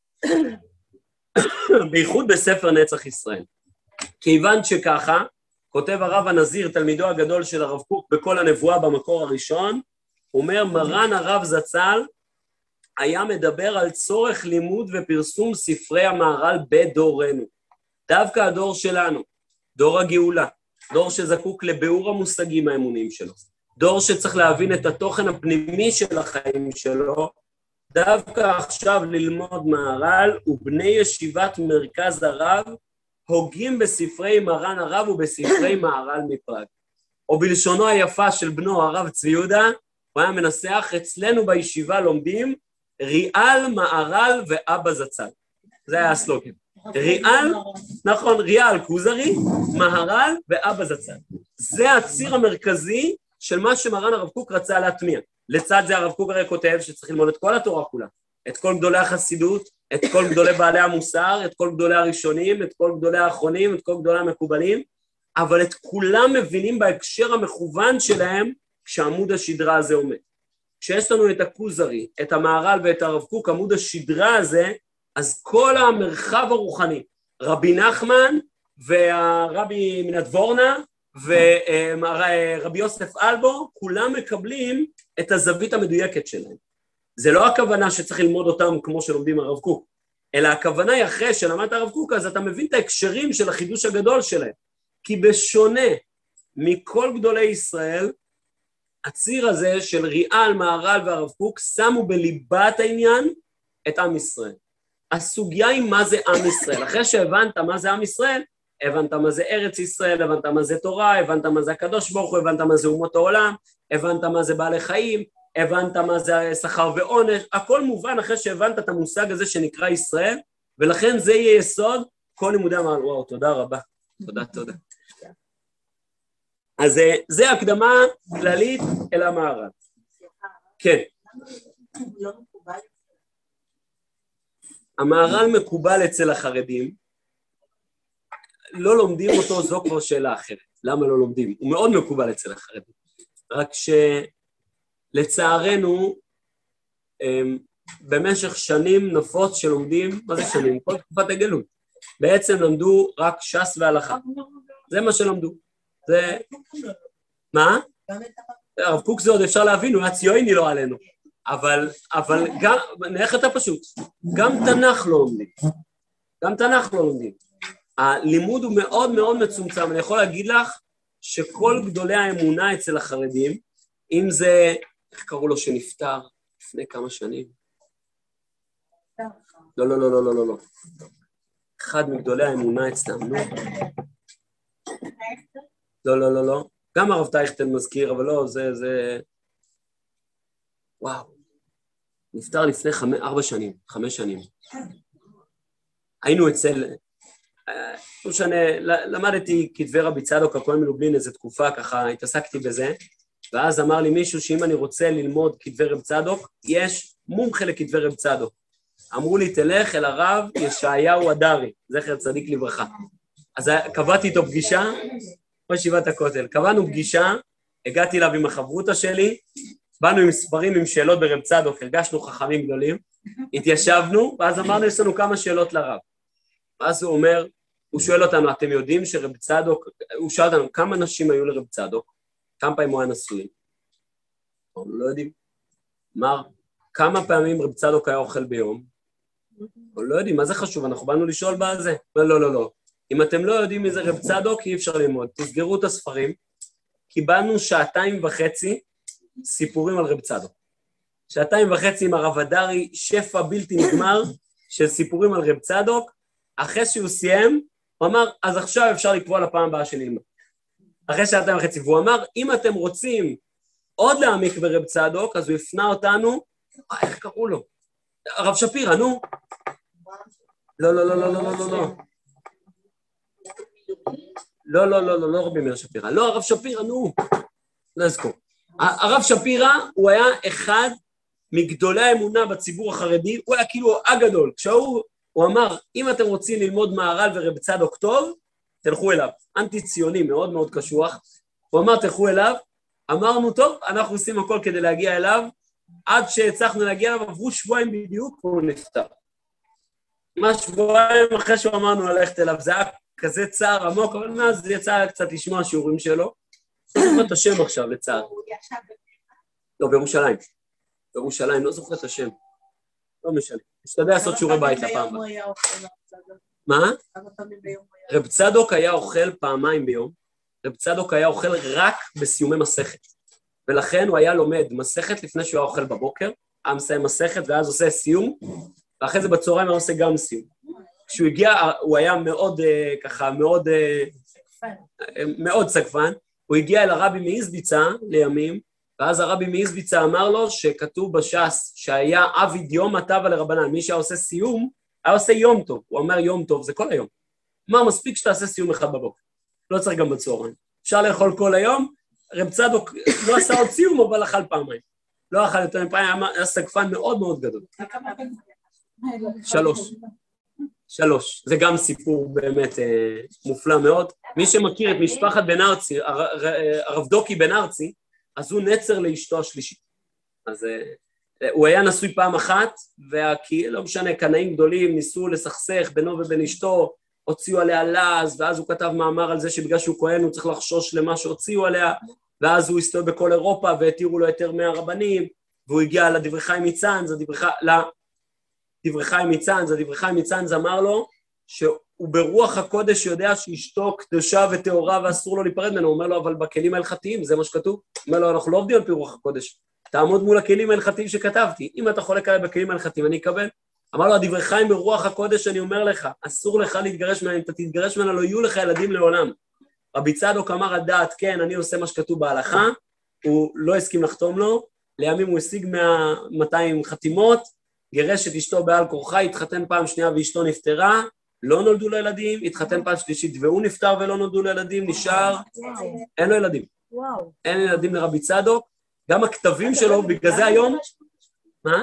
בייחוד בספר נצח ישראל. כיוון שככה, כותב הרב הנזיר, תלמידו הגדול של הרב קוק, בכל הנבואה במקור הראשון, הוא אומר, מרן הרב זצ"ל, היה מדבר על צורך לימוד ופרסום ספרי המהר"ל בדורנו. דווקא הדור שלנו, דור הגאולה, דור שזקוק לביאור המושגים האמוניים שלו, דור שצריך להבין את התוכן הפנימי של החיים שלו, דווקא עכשיו ללמוד מהר"ל, ובני ישיבת מרכז הרב הוגים בספרי מרן הרב ובספרי מהר"ל מפראג. או בלשונו היפה של בנו הרב צבי יהודה, הוא היה מנסח, אצלנו בישיבה לומדים ריאל, מהר"ל ואבא זצ"ל. זה היה הסלוגן. ריאל, נכון, ריאל כוזרי, מהר"ל ואבא זצ"ל. זה הציר המרכזי של מה שמרן הרב קוק רצה להטמיע. לצד זה הרב קוק הרי כותב שצריך ללמוד את כל התורה כולה, את כל גדולי החסידות, את כל גדולי בעלי המוסר, את כל גדולי הראשונים, את כל גדולי האחרונים, את כל גדולי המקובלים, אבל את כולם מבינים בהקשר המכוון שלהם כשעמוד השדרה הזה עומד. כשיש לנו את הכוזרי, את המהר"ל ואת הרב קוק, עמוד השדרה הזה, אז כל המרחב הרוחני, רבי נחמן והרבי מנדבורנה ורבי יוסף אלבו, כולם מקבלים את הזווית המדויקת שלהם. זה לא הכוונה שצריך ללמוד אותם כמו שלומדים הרב קוק, אלא הכוונה היא אחרי שלמדת הרב קוק, אז אתה מבין את ההקשרים של החידוש הגדול שלהם. כי בשונה מכל גדולי ישראל, הציר הזה של ריאל, מהר"ל והרב קוק שמו בליבת העניין את עם ישראל. הסוגיה היא מה זה עם ישראל. אחרי שהבנת מה זה עם ישראל, הבנת מה זה ארץ ישראל, הבנת מה זה תורה, הבנת מה זה הקדוש ברוך הוא, הבנת מה זה אומות העולם, הבנת מה זה בעלי חיים, הבנת מה זה שכר ועונש, הכל מובן אחרי שהבנת את המושג הזה שנקרא ישראל, ולכן זה יהיה יסוד כל לימודי המהר"ל. וואו, תודה רבה. תודה. אז זה הקדמה כללית אל המהר"ל. כן. המהר"ל מקובל אצל החרדים, לא לומדים אותו, זו כבר שאלה אחרת. למה לא לומדים? הוא מאוד מקובל אצל החרדים. רק שלצערנו, במשך שנים נפוץ שלומדים, מה זה שנים? כל תקופת הגלות. בעצם למדו רק ש"ס והלכה. זה מה שלמדו. זה... מה? הרב קוק זה עוד אפשר להבין, הוא היה ציוני לא עלינו. אבל גם, נלך אתה פשוט, גם תנ"ך לא לומדים. הלימוד הוא מאוד מאוד מצומצם. אני יכול להגיד לך שכל גדולי האמונה אצל החרדים, אם זה, איך קראו לו שנפטר לפני כמה שנים? לא. אחד מגדולי האמונה אצלם, נו. לא. גם הרב טייכטל מזכיר, אבל לא, זה... וואו. נפטר לפני 5 שנים. היינו אצל... לא משנה, למדתי כתבי רבי צדוק, הכהן מלובלין איזו תקופה, ככה התעסקתי בזה, ואז אמר לי מישהו שאם אני רוצה ללמוד כתבי רב צדוק, יש מומחה לכתבי רב צדוק. אמרו לי, תלך אל הרב ישעיהו הדרי, זכר צדיק לברכה. אז קבעתי איתו פגישה, בישיבת הכותל, קבענו פגישה, הגעתי אליו עם החברותא שלי, באנו עם ספרים, עם שאלות ברב צדוק, הרגשנו חכמים גדולים, התיישבנו, ואז אמרנו, יש לנו כמה שאלות לרב. ואז הוא אומר, הוא שואל אותנו, אתם יודעים שרב צדוק, הוא שואל אותנו, כמה נשים היו לרב צדוק? כמה פעמים הוא היה נשוי? אנחנו לא יודעים. אמר, כמה פעמים רב צדוק היה אוכל ביום? אנחנו לא יודעים, מה זה חשוב? אנחנו באנו לשאול בזה. לא. אם אתם לא יודעים מי זה רב צדוק, אי אפשר ללמוד. תסגרו את הספרים. קיבלנו 2.5 סיפורים על רב צדוק. 2.5 עם הרב הדרי, שפע בלתי נגמר של סיפורים על רב צדוק. אחרי שהוא סיים, הוא אמר, אז עכשיו אפשר לקבוע לפעם הבאה שנלמד. אחרי 2.5, והוא אמר, אם אתם רוצים עוד להעמיק ברב צדוק, אז הוא הפנה אותנו, איך קראו לו? הרב שפירא, נו. לא. לא רבי מאיר שפירא. לא, הרב שפירא, נו. לא אזכור. הרב שפירא, הוא היה אחד מגדולי האמונה בציבור החרדי, הוא היה כאילו הגדול. הוא אמר, אם אתם רוצים ללמוד מהר"ל ורב צדוק טוב, תלכו אליו. אנטי ציוני, מאוד מאוד קשוח. הוא אמר, תלכו אליו. אמרנו, טוב, אנחנו עושים הכל כדי להגיע אליו, עד שהצלחנו להגיע אליו, עברו שבועיים בדיוק, והוא נפטר. מה שבועיים אחרי שהוא אמרנו ללכת אליו, זה היה כזה צער עמוק, אבל מאז זה יצא קצת לשמוע שיעורים שלו. לא זוכר את השם עכשיו, לצער. לא, בירושלים, לא זוכר את השם. לא משנה. משתדל לעשות שיעורי בית לפעם. מה? רב צדוק היה אוכל פעמיים ביום. רב צדוק היה אוכל רק בסיומי מסכת. ולכן הוא היה לומד מסכת לפני שהוא היה אוכל בבוקר, היה מסיים מסכת ואז עושה סיום, ואחרי זה בצהריים היה עושה גם סיום. כשהוא הגיע, הוא היה מאוד, ככה, מאוד סקפן, הוא הגיע אל הרבי מאיזביצה לימים, ואז הרבי מאיזביצה אמר לו שכתוב בש"ס שהיה עביד יום הטבה לרבנן, מי שהיה עושה סיום, היה עושה יום טוב, הוא אומר יום טוב, זה כל היום. אמר, מספיק שתעשה סיום אחד בבוקר, לא צריך גם בצהריים. אפשר לאכול כל היום, רב צדוק לא עשה עוד סיום, אבל אכל פעמיים. לא אכל יותר מפעמים, היה סגפן מאוד מאוד גדול. 3. זה גם סיפור באמת מופלא מאוד. מי שמכיר את משפחת בן ארצי, הרב דוקי בן ארצי, אז הוא נצר לאשתו השלישית. אז הוא היה נשוי פעם אחת, לא משנה, קנאים גדולים ניסו לסכסך בינו ובין אשתו, הוציאו עליה לעז, ואז הוא כתב מאמר על זה שבגלל שהוא כהן הוא צריך לחשוש למה שהוציאו עליה, ואז הוא הסתובב בכל אירופה והתירו לו יותר מהרבנים, והוא הגיע לדברי חיים מצאנז, דברי חיים מצאנז אמר לו שהוא ברוח הקודש יודע שאשתו קדושה וטהורה ואסור לו להיפרד ממנו, הוא אומר לו אבל בכלים ההלכתיים זה מה שכתוב, הוא אומר לו אנחנו לא עובדים על פי רוח הקודש, תעמוד מול הכלים ההלכתיים שכתבתי, אם אתה חולק עליי בכלים ההלכתיים אני אקבל. אמר לו הדברי חיים ברוח הקודש אני אומר לך, אסור לך להתגרש ממנה, אם אתה תתגרש ממנה לא יהיו לך ילדים לעולם. רבי צדוק אמר הדעת כן אני עושה מה שכתוב בהלכה, הוא לא הסכים לחתום לו, לימים הוא השיג 200 חתימות, גירש את אשתו בעל כורחה, התחתן פעם שנייה ואשתו נפטרה, לא נולדו לו ילדים, התחתן פעם שלישית והוא נפטר ולא נולדו לו ילדים, נשאר, אין לו ילדים. אין ילדים לרבי צדוק, גם הכתבים שלו, בגלל זה היום, מה?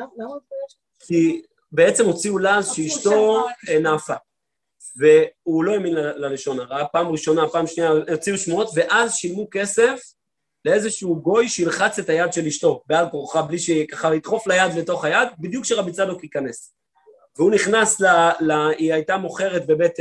כי בעצם הוציאו לעז שאשתו נאפה, והוא לא האמין ללשון הרע, פעם ראשונה, פעם שנייה, הוציאו שמועות, ואז שילמו כסף לאיזשהו גוי שילחץ את היד של אשתו, בעל כורחה, בלי שככה ידחוף ליד לתוך היד, בדיוק שרבי צדוק ייכנס. והוא נכנס, היא הייתה מוכרת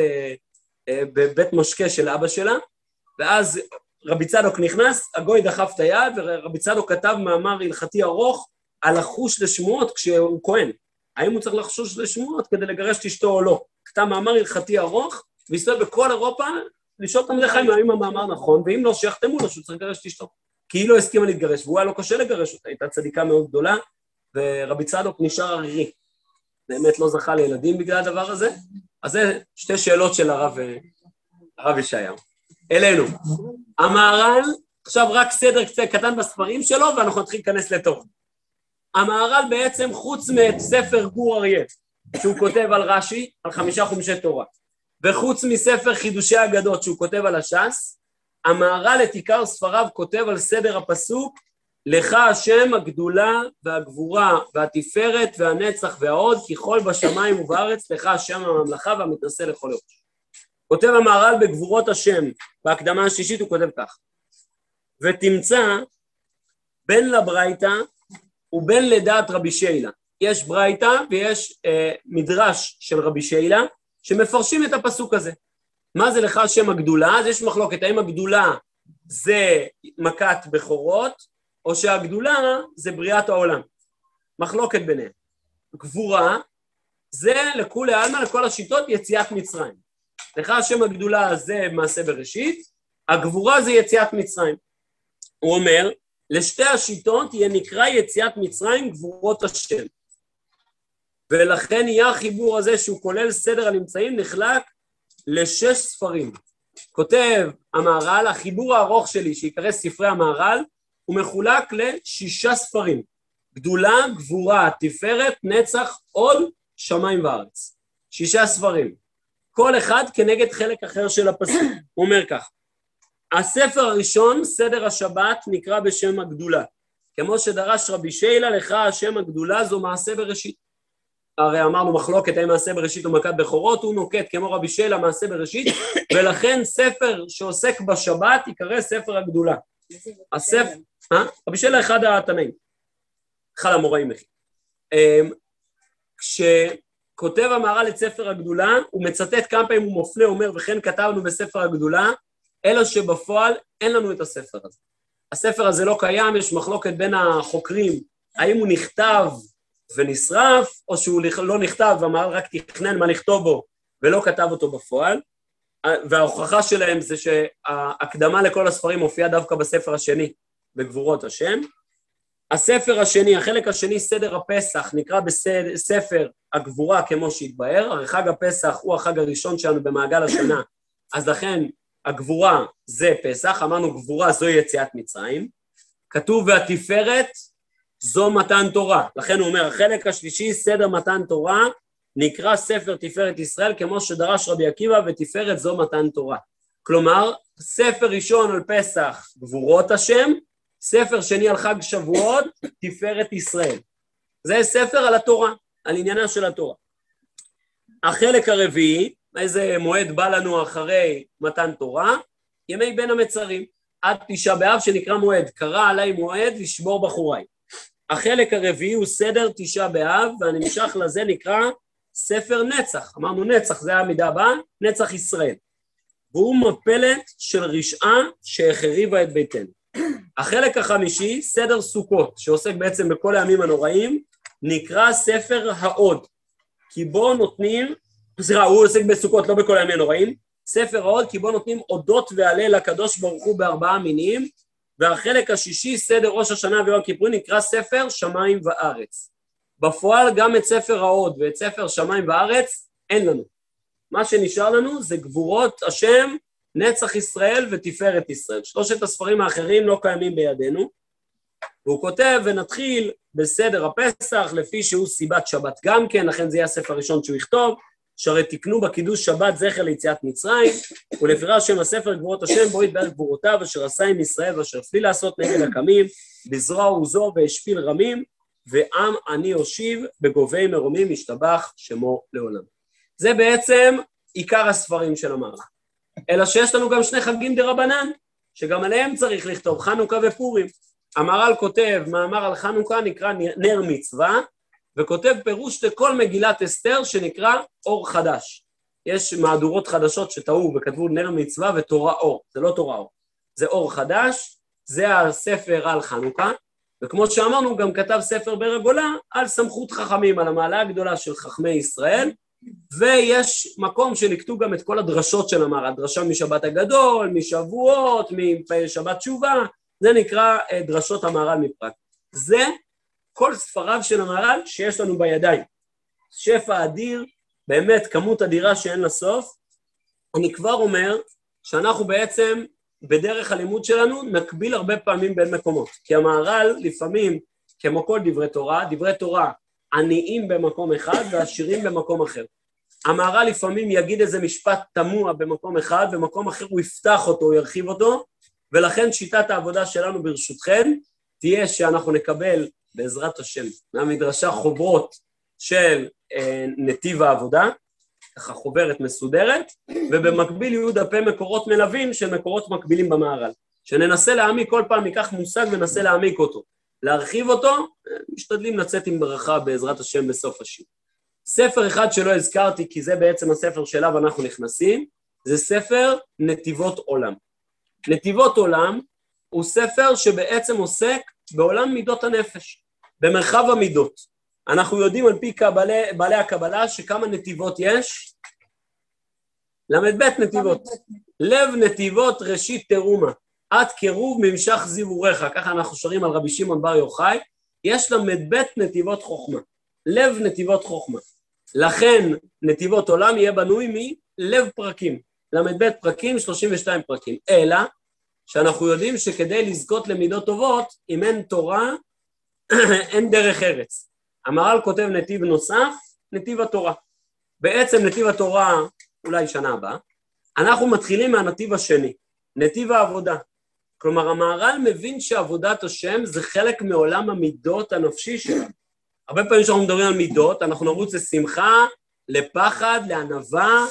בבית משקה של אבא שלה, ואז רבי צדוק נכנס, הגוי דחף את היד, ורבי צדוק כתב מאמר הלכתי ארוך, על לחוש לשמועות כשהוא כהן. האם הוא צריך לחשוש לשמועות כדי לגרש את אשתו או לא? כתב מאמר הלכתי ארוך, והסתובב בכל אירופה, לשאול אותם לחיים האם המאמר נכון, ואם לא שיחתמו לו שהוא צריך לגרש את אשתו. כי היא לא הסכימה להתגרש, והוא היה לו קשה לגרש אותה, הייתה צדיקה מאוד גדולה, ורבי צדוק נשאר ערירי. באמת לא זכה לילדים בגלל הדבר הזה. אז זה שתי שאלות של הרב ישעיהו. אלינו. המהר"ל, עכשיו רק סדר קצת קטן בספרים שלו, ואנחנו נתחיל להיכנס לתוך. המהר"ל בעצם חוץ מספר גור אריה, שהוא כותב על רש"י, על 5 חומשי תורה, וחוץ מספר חידושי אגדות שהוא כותב על הש"ס, המהר"ל את עיקר ספריו כותב על סדר הפסוק, לך השם הגדולה והגבורה והתפארת והנצח והעוד, ככל בשמיים ובארץ, לך השם הממלכה והמתנשא לכל יורש. כותב המהר"ל בגבורות השם, בהקדמה השישית הוא כותב כך, ותמצא בין לברייתא ובין לדעת רבי שיילה. יש ברייתא ויש מדרש של רבי שיילה, שמפרשים את הפסוק הזה. מה זה לך השם הגדולה? אז יש מחלוקת, האם הגדולה זה מכת בכורות, או שהגדולה זה בריאת העולם. מחלוקת ביניהם. גבורה זה לכולי עלמא, לכל השיטות, יציאת מצרים. לך השם הגדולה זה מעשה בראשית, הגבורה זה יציאת מצרים. הוא אומר, לשתי השיטות יהיה נקרא יציאת מצרים גבורות השם. ולכן יהיה החיבור הזה שהוא כולל סדר הנמצאים נחלק ל6 ספרים. כותב המהר"ל, החיבור הארוך שלי שיקרא ספרי המהר"ל, הוא מחולק ל6 ספרים. גדולה, גבורה, תפארת, נצח, עוד, שמיים וארץ. 6 ספרים. כל אחד כנגד חלק אחר של הפסוק. הוא אומר כך, הספר הראשון, סדר השבת, נקרא בשם הגדולה. כמו שדרש רבי שיילה, לך השם הגדולה זו מעשה בראשית. הרי אמרנו מחלוקת, האם מעשה בראשית או מכת בכורות, הוא נוקט כמו רבי שיילה מעשה בראשית, ולכן ספר שעוסק בשבת יקרא ספר הגדולה. הספר, רבי שיילה אחד התנאים, אחד המוראים. כשכותב המהר"ל את ספר הגדולה, הוא מצטט כמה פעמים הוא מופנה, אומר וכן כתבנו בספר הגדולה, אלא שבפועל אין לנו את הספר הזה. הספר הזה לא קיים, יש מחלוקת בין החוקרים, האם הוא נכתב ונשרף, או שהוא לא נכתב, והמהר"ל רק תכנן מה לכתוב בו, ולא כתב אותו בפועל, וההוכחה שלהם זה שההקדמה לכל הספרים מופיעה דווקא בספר השני, בגבורות השם. הספר השני, החלק השני, סדר הפסח, נקרא בספר הגבורה כמו שהתבהר, הרי חג הפסח הוא החג הראשון שלנו במעגל השנה, אז לכן הגבורה זה פסח, אמרנו גבורה זו יציאת מצרים, כתוב והתפארת זו מתן תורה, לכן הוא אומר החלק השלישי סדר מתן תורה, נקרא ספר תפארת ישראל, כמו שדרש רבי עקיבא, ותפארת זו מתן תורה. כלומר, ספר ראשון על פסח, גבורות השם, ספר שני על חג שבועות, תפארת ישראל. זה ספר על התורה, על עניינה של התורה. החלק הרביעי, איזה מועד בא לנו אחרי מתן תורה? ימי בין המצרים, עד תשעה באב שנקרא מועד, קרא עליי מועד לשבור בחוריי. החלק הרביעי הוא סדר תשעה באב, והנמשך לזה נקרא ספר נצח. אמרנו נצח, זה המידה הבאה, נצח ישראל. והוא מפלת של רשעה שהחריבה את ביתנו. החלק החמישי, סדר סוכות, שעוסק בעצם בכל הימים הנוראים, נקרא ספר העוד. כי בו נותנים, הוא עוסק בסוכות, לא בכל הימים הנוראים, ספר העוד, כי בו נותנים עודות והלל לקדוש ברוך הוא בארבעה מינים, והחלק השישי, סדר ראש השנה ויום הכיפורים, נקרא ספר שמיים וארץ. בפועל גם את ספר העוד ואת ספר שמיים וארץ אין לנו. מה שנשאר לנו זה גבורות השם, נצח ישראל ותפארת ישראל. שלושת הספרים האחרים לא קיימים בידינו. והוא כותב, ונתחיל בסדר הפסח, לפי שהוא סיבת שבת גם כן, לכן זה יהיה הספר הראשון שהוא יכתוב, שהרי תקנו בקידוש שבת זכר ליציאת מצרים, ולפירה שם הספר גבורות השם, בו יתברך גבורותיו, אשר עשה עם ישראל, ואשר הפליא לעשות נגד הקמים, בזרוע וזו והשפיל רמים, ועם אני הושיב בגובי מרומים משתבח שמו לעולם. זה בעצם עיקר הספרים של המהר"ל. אלא שיש לנו גם שני חגים דרבנן, שגם עליהם צריך לכתוב, חנוכה ופורים. המהר"ל כותב מאמר על חנוכה נקרא נר מצווה, וכותב פירוש לכל מגילת אסתר שנקרא אור חדש. יש מהדורות חדשות שטעו וכתבו נר מצווה ותורה אור, זה לא תורה אור, זה אור חדש, זה הספר על חנוכה, וכמו שאמרנו גם כתב ספר ברגולה על סמכות חכמים, על המעלה הגדולה של חכמי ישראל, ויש מקום שנקטו גם את כל הדרשות של המהר"ל, דרשה משבת הגדול, משבועות, משבת תשובה, זה נקרא דרשות המהר"ל מפראג. זה כל ספריו של המהר"ל שיש לנו בידיים. שפע אדיר, באמת כמות אדירה שאין לה סוף. אני כבר אומר שאנחנו בעצם בדרך הלימוד שלנו נקביל הרבה פעמים בין מקומות. כי המהר"ל לפעמים, כמו כל דברי תורה עניים במקום אחד ועשירים במקום אחר. המהר"ל לפעמים יגיד איזה משפט תמוה במקום אחד, במקום אחר הוא יפתח אותו, הוא ירחיב אותו, ולכן שיטת העבודה שלנו ברשותכם תהיה שאנחנו נקבל בעזרת השם מהמדרשה חוברות של נתיב העבודה, ככה חוברת מסודרת, ובמקביל יהיו דפי מקורות מלווים של מקורות מקבילים במהר"ל, שננסה להעמיק כל פעם, ניקח מושג וננסה להעמיק אותו, להרחיב אותו, משתדלים לצאת עם ברכה בעזרת השם בסוף השיעור. ספר אחד שלא הזכרתי, כי זה בעצם הספר שאליו אנחנו נכנסים, זה ספר נתיבות עולם. נתיבות עולם הוא ספר שבעצם עוסק בעולם מידות הנפש, במרחב המידות. אנחנו יודעים על פי בעלי הקבלה שכמה נתיבות יש? למד בית נתיבות. לב נתיבות ראשית תרומה, עד קירוב ממשך זיווריך, ככה אנחנו שרים על רבי שמעון בר יוחאי, יש למד בית נתיבות חוכמה, לב נתיבות חוכמה. לכן נתיבות עולם יהיה בנוי מלב פרקים, למד בית פרקים 32 פרקים, אלא שאנחנו יודעים שכדי לזכות למידות טובות, אם אין תורה, אין דרך ארץ. המהר"ל כותב נתיב נוסף, נתיב התורה. בעצם נתיב התורה, אולי שנה הבאה, אנחנו מתחילים מהנתיב השני, נתיב העבודה. כלומר, המהר"ל מבין שעבודת השם זה חלק מעולם המידות הנפשי שלנו. הרבה פעמים שאנחנו מדברים על מידות, אנחנו נרוץ לשמחה, לפחד, לענווה,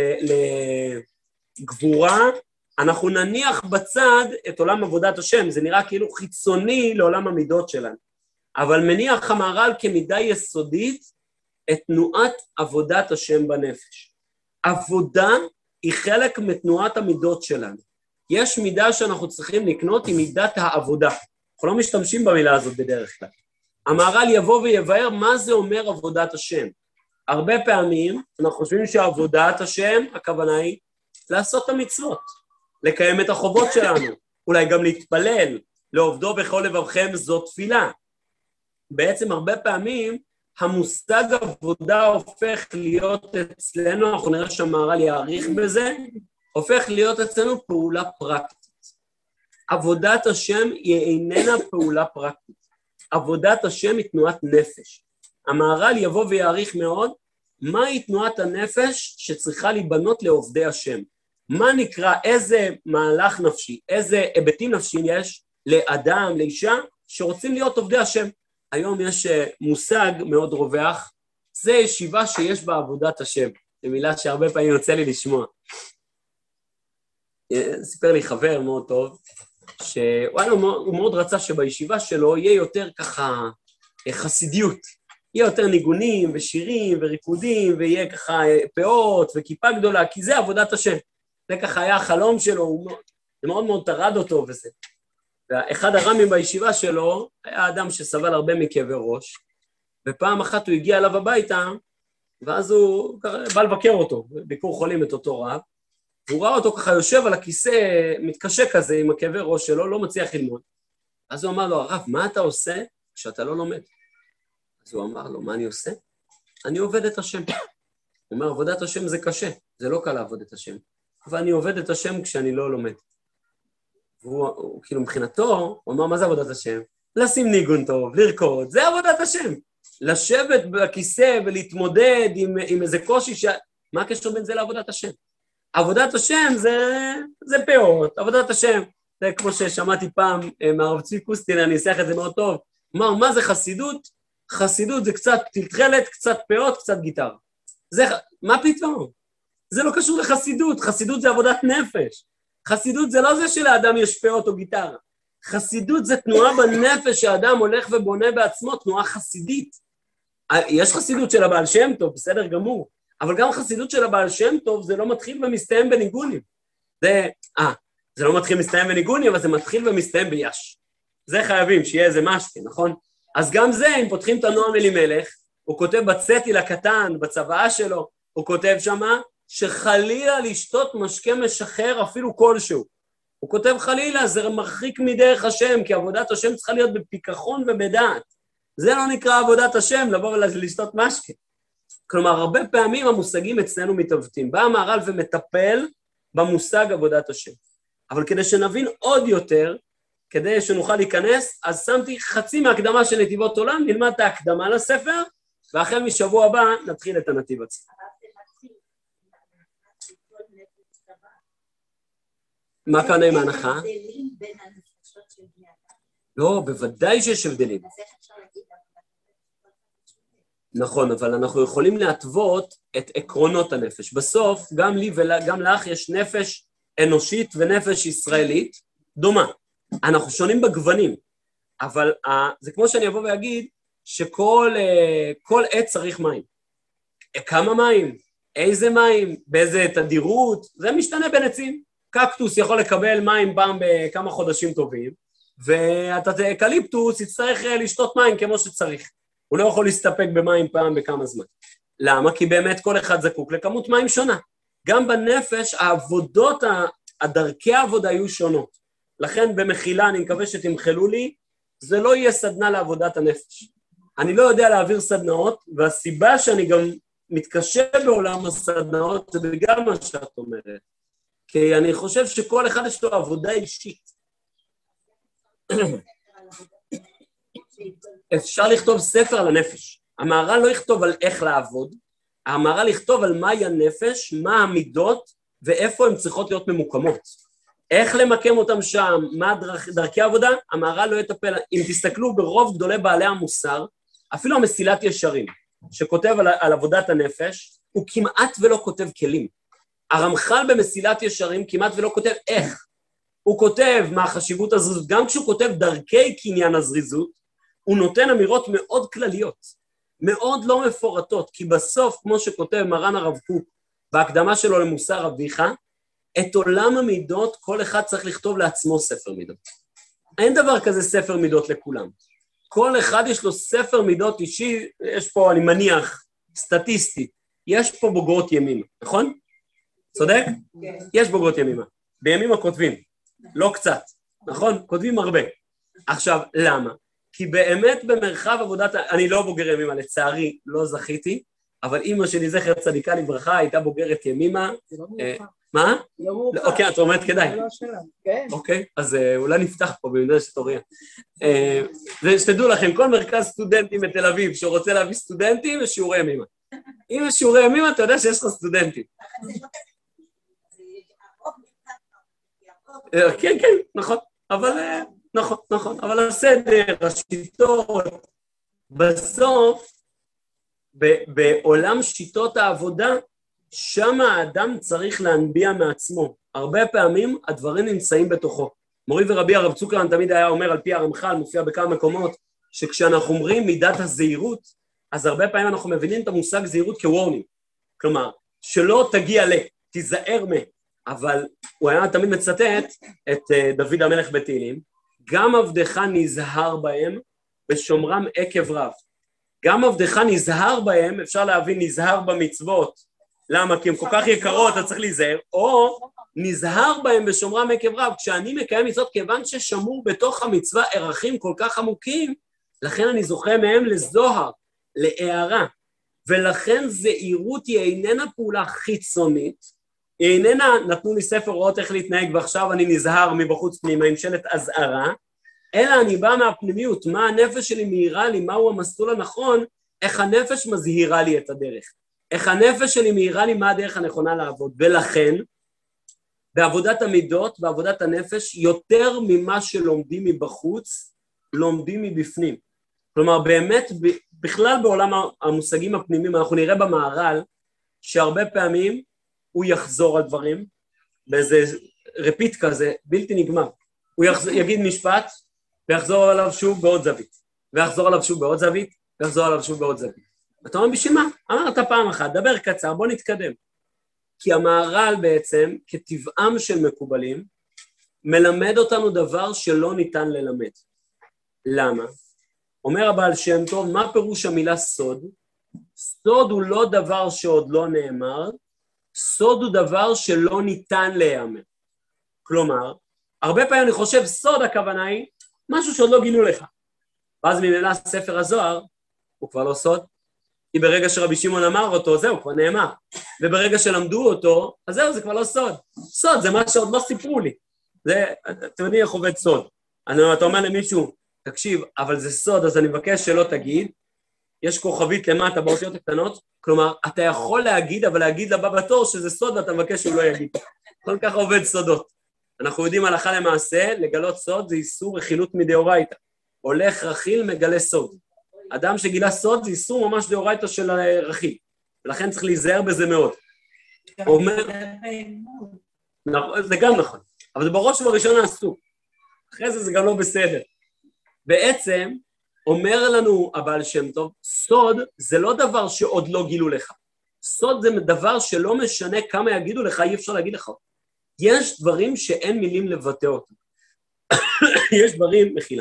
לגבורה, אנחנו נניח בצד את עולם עבודת השם, זה נראה כאילו חיצוני לעולם המידות שלנו. אבל מניח המהר"ל כמידה יסודית את תנועת עבודת השם בנפש. עבודה היא חלק מתנועת המידות שלנו. יש מידה שאנחנו צריכים לקנות עם מידת העבודה. אנחנו לא משתמשים במילה הזאת בדרך כלל. המהר"ל יבוא ויבאר מה זה אומר עבודת השם. הרבה פעמים אנחנו חושבים שעבודת השם, הכוונה היא לעשות את המצוות, לקיים את החובות שלנו, אולי גם להתפלל, לעובדו בכל לבבכם זו תפילה. בעצם הרבה פעמים המושג עבודה הופך להיות אצלנו, אנחנו נראה שהמהר"ל יעריך בזה, הופך להיות אצלנו פעולה פרקטית. עבודת השם היא איננה פעולה פרקטית. עבודת השם היא תנועת נפש. המהר"ל יבוא ויעריך מאוד מהי תנועת הנפש שצריכה להיבנות לעובדי השם? מה נקרא, איזה מהלך נפשי, איזה היבטים נפשיים יש לאדם, לאישה, שרוצים להיות עובדי השם? היום יש מושג מאוד רווח, זה ישיבה שיש בה עבודת השם. זו מילה שהרבה פעמים יוצא לי לשמוע. סיפר לי חבר מאוד טוב, שהוא מאוד רצה שבישיבה שלו יהיה יותר ככה חסידיות, יהיה יותר ניגונים ושירים וריקודים, ויהיה ככה פאות וכיפה גדולה, כי זה עבודת השם. זה ככה היה החלום שלו, זה מאוד מאוד טרד אותו וזה. ואחד הרמים בישיבה שלו היה אדם שסבל הרבה מכאבי ראש, ופעם אחת הוא הגיע אליו הביתה, ואז הוא בא לבקר אותו, ביקור חולים את אותו רב, והוא ראה אותו ככה יושב על הכיסא, מתקשה כזה עם הכאבי ראש שלו, לא מצליח ללמוד. אז הוא אמר לו, הרב, מה אתה עושה כשאתה לא לומד? אז הוא אמר לו, מה אני עושה? אני עובד את השם. הוא אומר, עבודת השם זה קשה, זה לא קל לעבוד את השם, אבל אני עובד את השם כשאני לא לומד. והוא כאילו מבחינתו, הוא אמר, מה זה עבודת השם? לשים ניגון טוב, לרקוד, זה עבודת השם. לשבת בכיסא ולהתמודד עם איזה קושי, מה הקשר בין זה לעבודת השם? עבודת השם זה פאות, עבודת השם, זה כמו ששמעתי פעם מהרב צבי קוסטין, אני אסייח את זה מאוד טוב, אמר, מה זה חסידות? חסידות זה קצת תלתחלת, קצת פאות, קצת גיטרה. מה פתאום? זה לא קשור לחסידות, חסידות זה עבודת נפש. חסידות זה לא זה שלאדם יש פאות או גיטרה. חסידות זה תנועה בנפש שהאדם הולך ובונה בעצמו, תנועה חסידית. יש חסידות של הבעל שם טוב, בסדר גמור, אבל גם חסידות של הבעל שם טוב זה לא מתחיל ומסתיים בניגונים. זה לא מתחיל ומסתיים בניגונים, אבל זה מתחיל ומסתיים ביש. זה חייבים, שיהיה איזה משקה, נכון? אז גם זה, אם פותחים את הנועם אלימלך, הוא כותב בצאתי לקטן, בצוואה שלו, הוא כותב שמה, שחלילה לשתות משקה משחרר אפילו כלשהו. הוא כותב חלילה, זה מרחיק מדרך השם, כי עבודת השם צריכה להיות בפיקחון ובדעת. זה לא נקרא עבודת השם, לבוא ולשתות משקה. כלומר, הרבה פעמים המושגים אצלנו מתעוותים. בא המהר"ל ומטפל במושג עבודת השם. אבל כדי שנבין עוד יותר, כדי שנוכל להיכנס, אז שמתי חצי מהקדמה של נתיבות עולם, נלמד את ההקדמה לספר, ואחרי משבוע הבא נתחיל את הנתיב עצמו. מה כאן עם ההנחה? לא, בוודאי שיש הבדלים. נכון, אבל אנחנו יכולים להתוות את עקרונות הנפש. בסוף, גם לי וגם לך יש נפש אנושית ונפש ישראלית דומה. אנחנו שונים בגוונים, אבל זה כמו שאני אבוא ואגיד שכל עת צריך מים. כמה מים? איזה מים? באיזה תדירות? זה משתנה בין עצים. קקטוס יכול לקבל מים פעם בכמה חודשים טובים, ואקליפטוס יצטרך לשתות מים כמו שצריך. הוא לא יכול להסתפק במים פעם בכמה זמן. למה? כי באמת כל אחד זקוק לכמות מים שונה. גם בנפש העבודות, הדרכי העבודה היו שונות. לכן במחילה, אני מקווה שתמחלו לי, זה לא יהיה סדנה לעבודת הנפש. אני לא יודע להעביר סדנאות, והסיבה שאני גם מתקשה בעולם הסדנאות, זה בגלל מה שאת אומרת. כי אני חושב שכל אחד יש לו עבודה אישית. אפשר לכתוב ספר על הנפש. המהר"ל לא יכתוב על איך לעבוד, המהר"ל יכתוב על מהי הנפש, מה המידות, ואיפה הן צריכות להיות ממוקמות. איך למקם אותם שם, מה דרכי העבודה, המהר"ל לא יטפל. אם תסתכלו ברוב גדולי בעלי המוסר, אפילו המסילת ישרים, שכותב על עבודת הנפש, הוא כמעט ולא כותב כלים. הרמח"ל במסילת ישרים כמעט ולא כותב איך. הוא כותב מה חשיבות הזריזות, גם כשהוא כותב דרכי קניין הזריזות, הוא נותן אמירות מאוד כלליות, מאוד לא מפורטות, כי בסוף, כמו שכותב מרן הרב קוק, בהקדמה שלו למוסר אביך, את עולם המידות כל אחד צריך לכתוב לעצמו ספר מידות. אין דבר כזה ספר מידות לכולם. כל אחד יש לו ספר מידות אישי, יש פה, אני מניח, סטטיסטית, יש פה בוגרות ימימה, נכון? צודק? יש בוגרות ימימה. בימימה כותבים, לא קצת, נכון? כותבים הרבה. עכשיו, למה? כי באמת במרחב עבודת, אני לא בוגר ימימה, לצערי לא זכיתי, אבל אמא שלי זכר צדיקה לברכה הייתה בוגרת ימימה. זה לא מאוחר. מה? לא מאוחר. אוקיי, את אומרת כדאי. זה לא שלה, כן. אוקיי, אז אולי נפתח פה במדרשת אוריה. ושתדעו לכם, כל מרכז סטודנטים בתל אביב שרוצה להביא סטודנטים ושיעורי ימימה. אם יש שיעורי ימים, אתה יודע שיש לך סטודנטים. כן, כן, נכון, אבל נכון, אבל הסדר, השיטות, בסוף, בעולם שיטות העבודה, שם האדם צריך להנביע מעצמו. הרבה פעמים הדברים נמצאים בתוכו. מורי ורבי הרב צוקרמן תמיד היה אומר על פי הרמח"ל, מופיע בכמה מקומות, שכשאנחנו אומרים מידת הזהירות, אז הרבה פעמים אנחנו מבינים את המושג זהירות כוורנינג. כלומר, שלא תגיע תיזהר אבל הוא היה תמיד מצטט את דוד המלך בתהילים, גם עבדך נזהר בהם ושומרם עקב רב. גם עבדך נזהר בהם, אפשר להבין נזהר במצוות, למה? כי הם כל כך יקרות, אתה צריך להיזהר, או נזהר בהם ושומרם עקב רב, כשאני מקיים מצוות כיוון ששמור בתוך המצווה ערכים כל כך עמוקים, לכן אני זוכה מהם לזוהר, להערה, ולכן זהירות היא איננה פעולה חיצונית, היא איננה נתנו לי ספר הוראות איך להתנהג ועכשיו אני נזהר מבחוץ פנימה עם שלט אזהרה, אלא אני בא מהפנימיות, מה הנפש שלי מהירה לי, מהו המסלול הנכון, איך הנפש מזהירה לי את הדרך, איך הנפש שלי מהירה לי מה הדרך הנכונה לעבוד, ולכן בעבודת המידות, בעבודת הנפש, יותר ממה שלומדים מבחוץ, לומדים מבפנים. כלומר באמת בכלל בעולם המושגים הפנימיים, אנחנו נראה במהר"ל שהרבה פעמים הוא יחזור על דברים, באיזה רפיט כזה, בלתי נגמר. הוא יגיד משפט, ויחזור עליו שוב בעוד זווית, ויחזור עליו שוב בעוד זווית, ויחזור עליו שוב בעוד זווית. אתה אומר, בשביל מה? אמרת פעם אחת, דבר קצר, בוא נתקדם. כי המהר"ל בעצם, כטבעם של מקובלים, מלמד אותנו דבר שלא ניתן ללמד. למה? אומר הבעל שם טוב, מה פירוש המילה סוד? סוד הוא לא דבר שעוד לא נאמר, סוד הוא דבר שלא ניתן להיאמר. כלומר, הרבה פעמים אני חושב סוד הכוונה היא משהו שעוד לא גילו לך. ואז ממילא ספר הזוהר הוא כבר לא סוד, כי ברגע שרבי שמעון אמר אותו, זהו, כבר נאמר. וברגע שלמדו אותו, אז זהו, זה כבר לא סוד. סוד זה מה שעוד לא סיפרו לי. זה, אתם יודעים איך עובד סוד. אתה אומר למישהו, תקשיב, אבל זה סוד, אז אני מבקש שלא תגיד. יש כוכבית למטה באותיות הקטנות, כלומר, אתה יכול להגיד, אבל להגיד לבא בתור שזה סוד, ואתה מבקש שהוא לא יגיד. כל כך עובד סודות. אנחנו יודעים הלכה למעשה, לגלות סוד זה איסור רכילות מדאורייתא. הולך רכיל מגלה סוד. אדם שגילה סוד זה איסור ממש דאורייתא של רכיל. ולכן צריך להיזהר בזה מאוד. זה גם נכון, אבל זה בראש ובראשונה אסור. אחרי זה גם לא בסדר. בעצם, אומר לנו הבעל שם טוב, סוד זה לא דבר שעוד לא גילו לך. סוד זה דבר שלא משנה כמה יגידו לך, אי אפשר להגיד לך. יש דברים שאין מילים לבטא אותם. יש דברים, מחילה.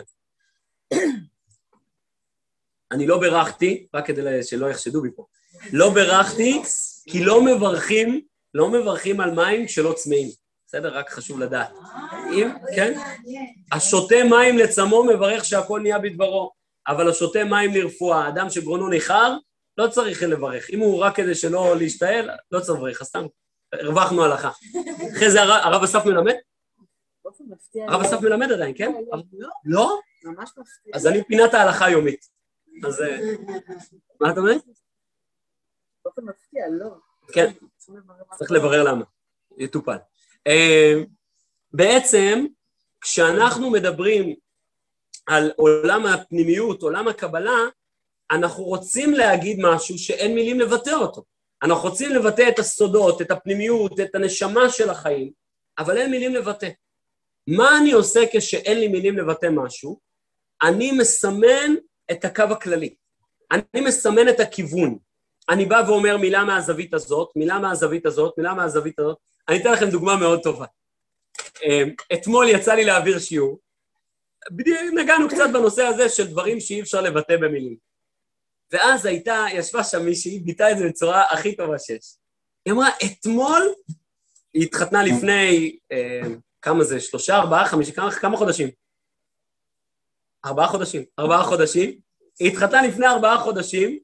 אני לא ברכתי, רק כדי שלא יחשדו בי פה, לא ברכתי כי לא מברכים על מים שלא צמאים. בסדר? רק חשוב לדעת. כן? השותה מים לצמו מברך שהכל נהיה בדברו. אבל השותה מים לרפואה, האדם שגרונו ניחר, לא צריך לברך. אם הוא רק כדי שלא להשתעל, לא צריך לברך, אז סתם, הרווחנו הלכה. אחרי זה הרב אסף מלמד? הרב אסף מלמד עדיין, כן? לא? ממש מפתיע. אז אני פינת ההלכה היומית. אז מה אתה אומר? באופן מפתיע, לא. כן, צריך לברר למה, יטופל. בעצם, כשאנחנו מדברים על עולם הפנימיות, עולם הקבלה, אנחנו רוצים להגיד משהו שאין מילים לבטא אותו. אנחנו רוצים לבטא את הסודות, את הפנימיות, את הנשמה של החיים, אבל אין מילים לבטא. מה אני עושה כשאין לי מילים לבטא משהו? אני מסמן את הקו הכללי. אני מסמן את הכיוון. אני בא ואומר מילה מהזווית הזאת, מילה מהזווית הזאת, מילה מהזווית הזאת. אני אתן לכם דוגמה מאוד טובה. אתמול יצא לי להעביר שיעור, נגענו קצת בנושא הזה של דברים שאי אפשר לבטא במילים. ואז ישבה שם מישהי, ביטה את זה בצורה הכי טובה שיש. היא אמרה, אתמול, היא התחתנה לפני, כמה זה, 3, 4, 5, כמה חודשים? 4 חודשים. 4 חודשים. היא התחתנה לפני 4 חודשים,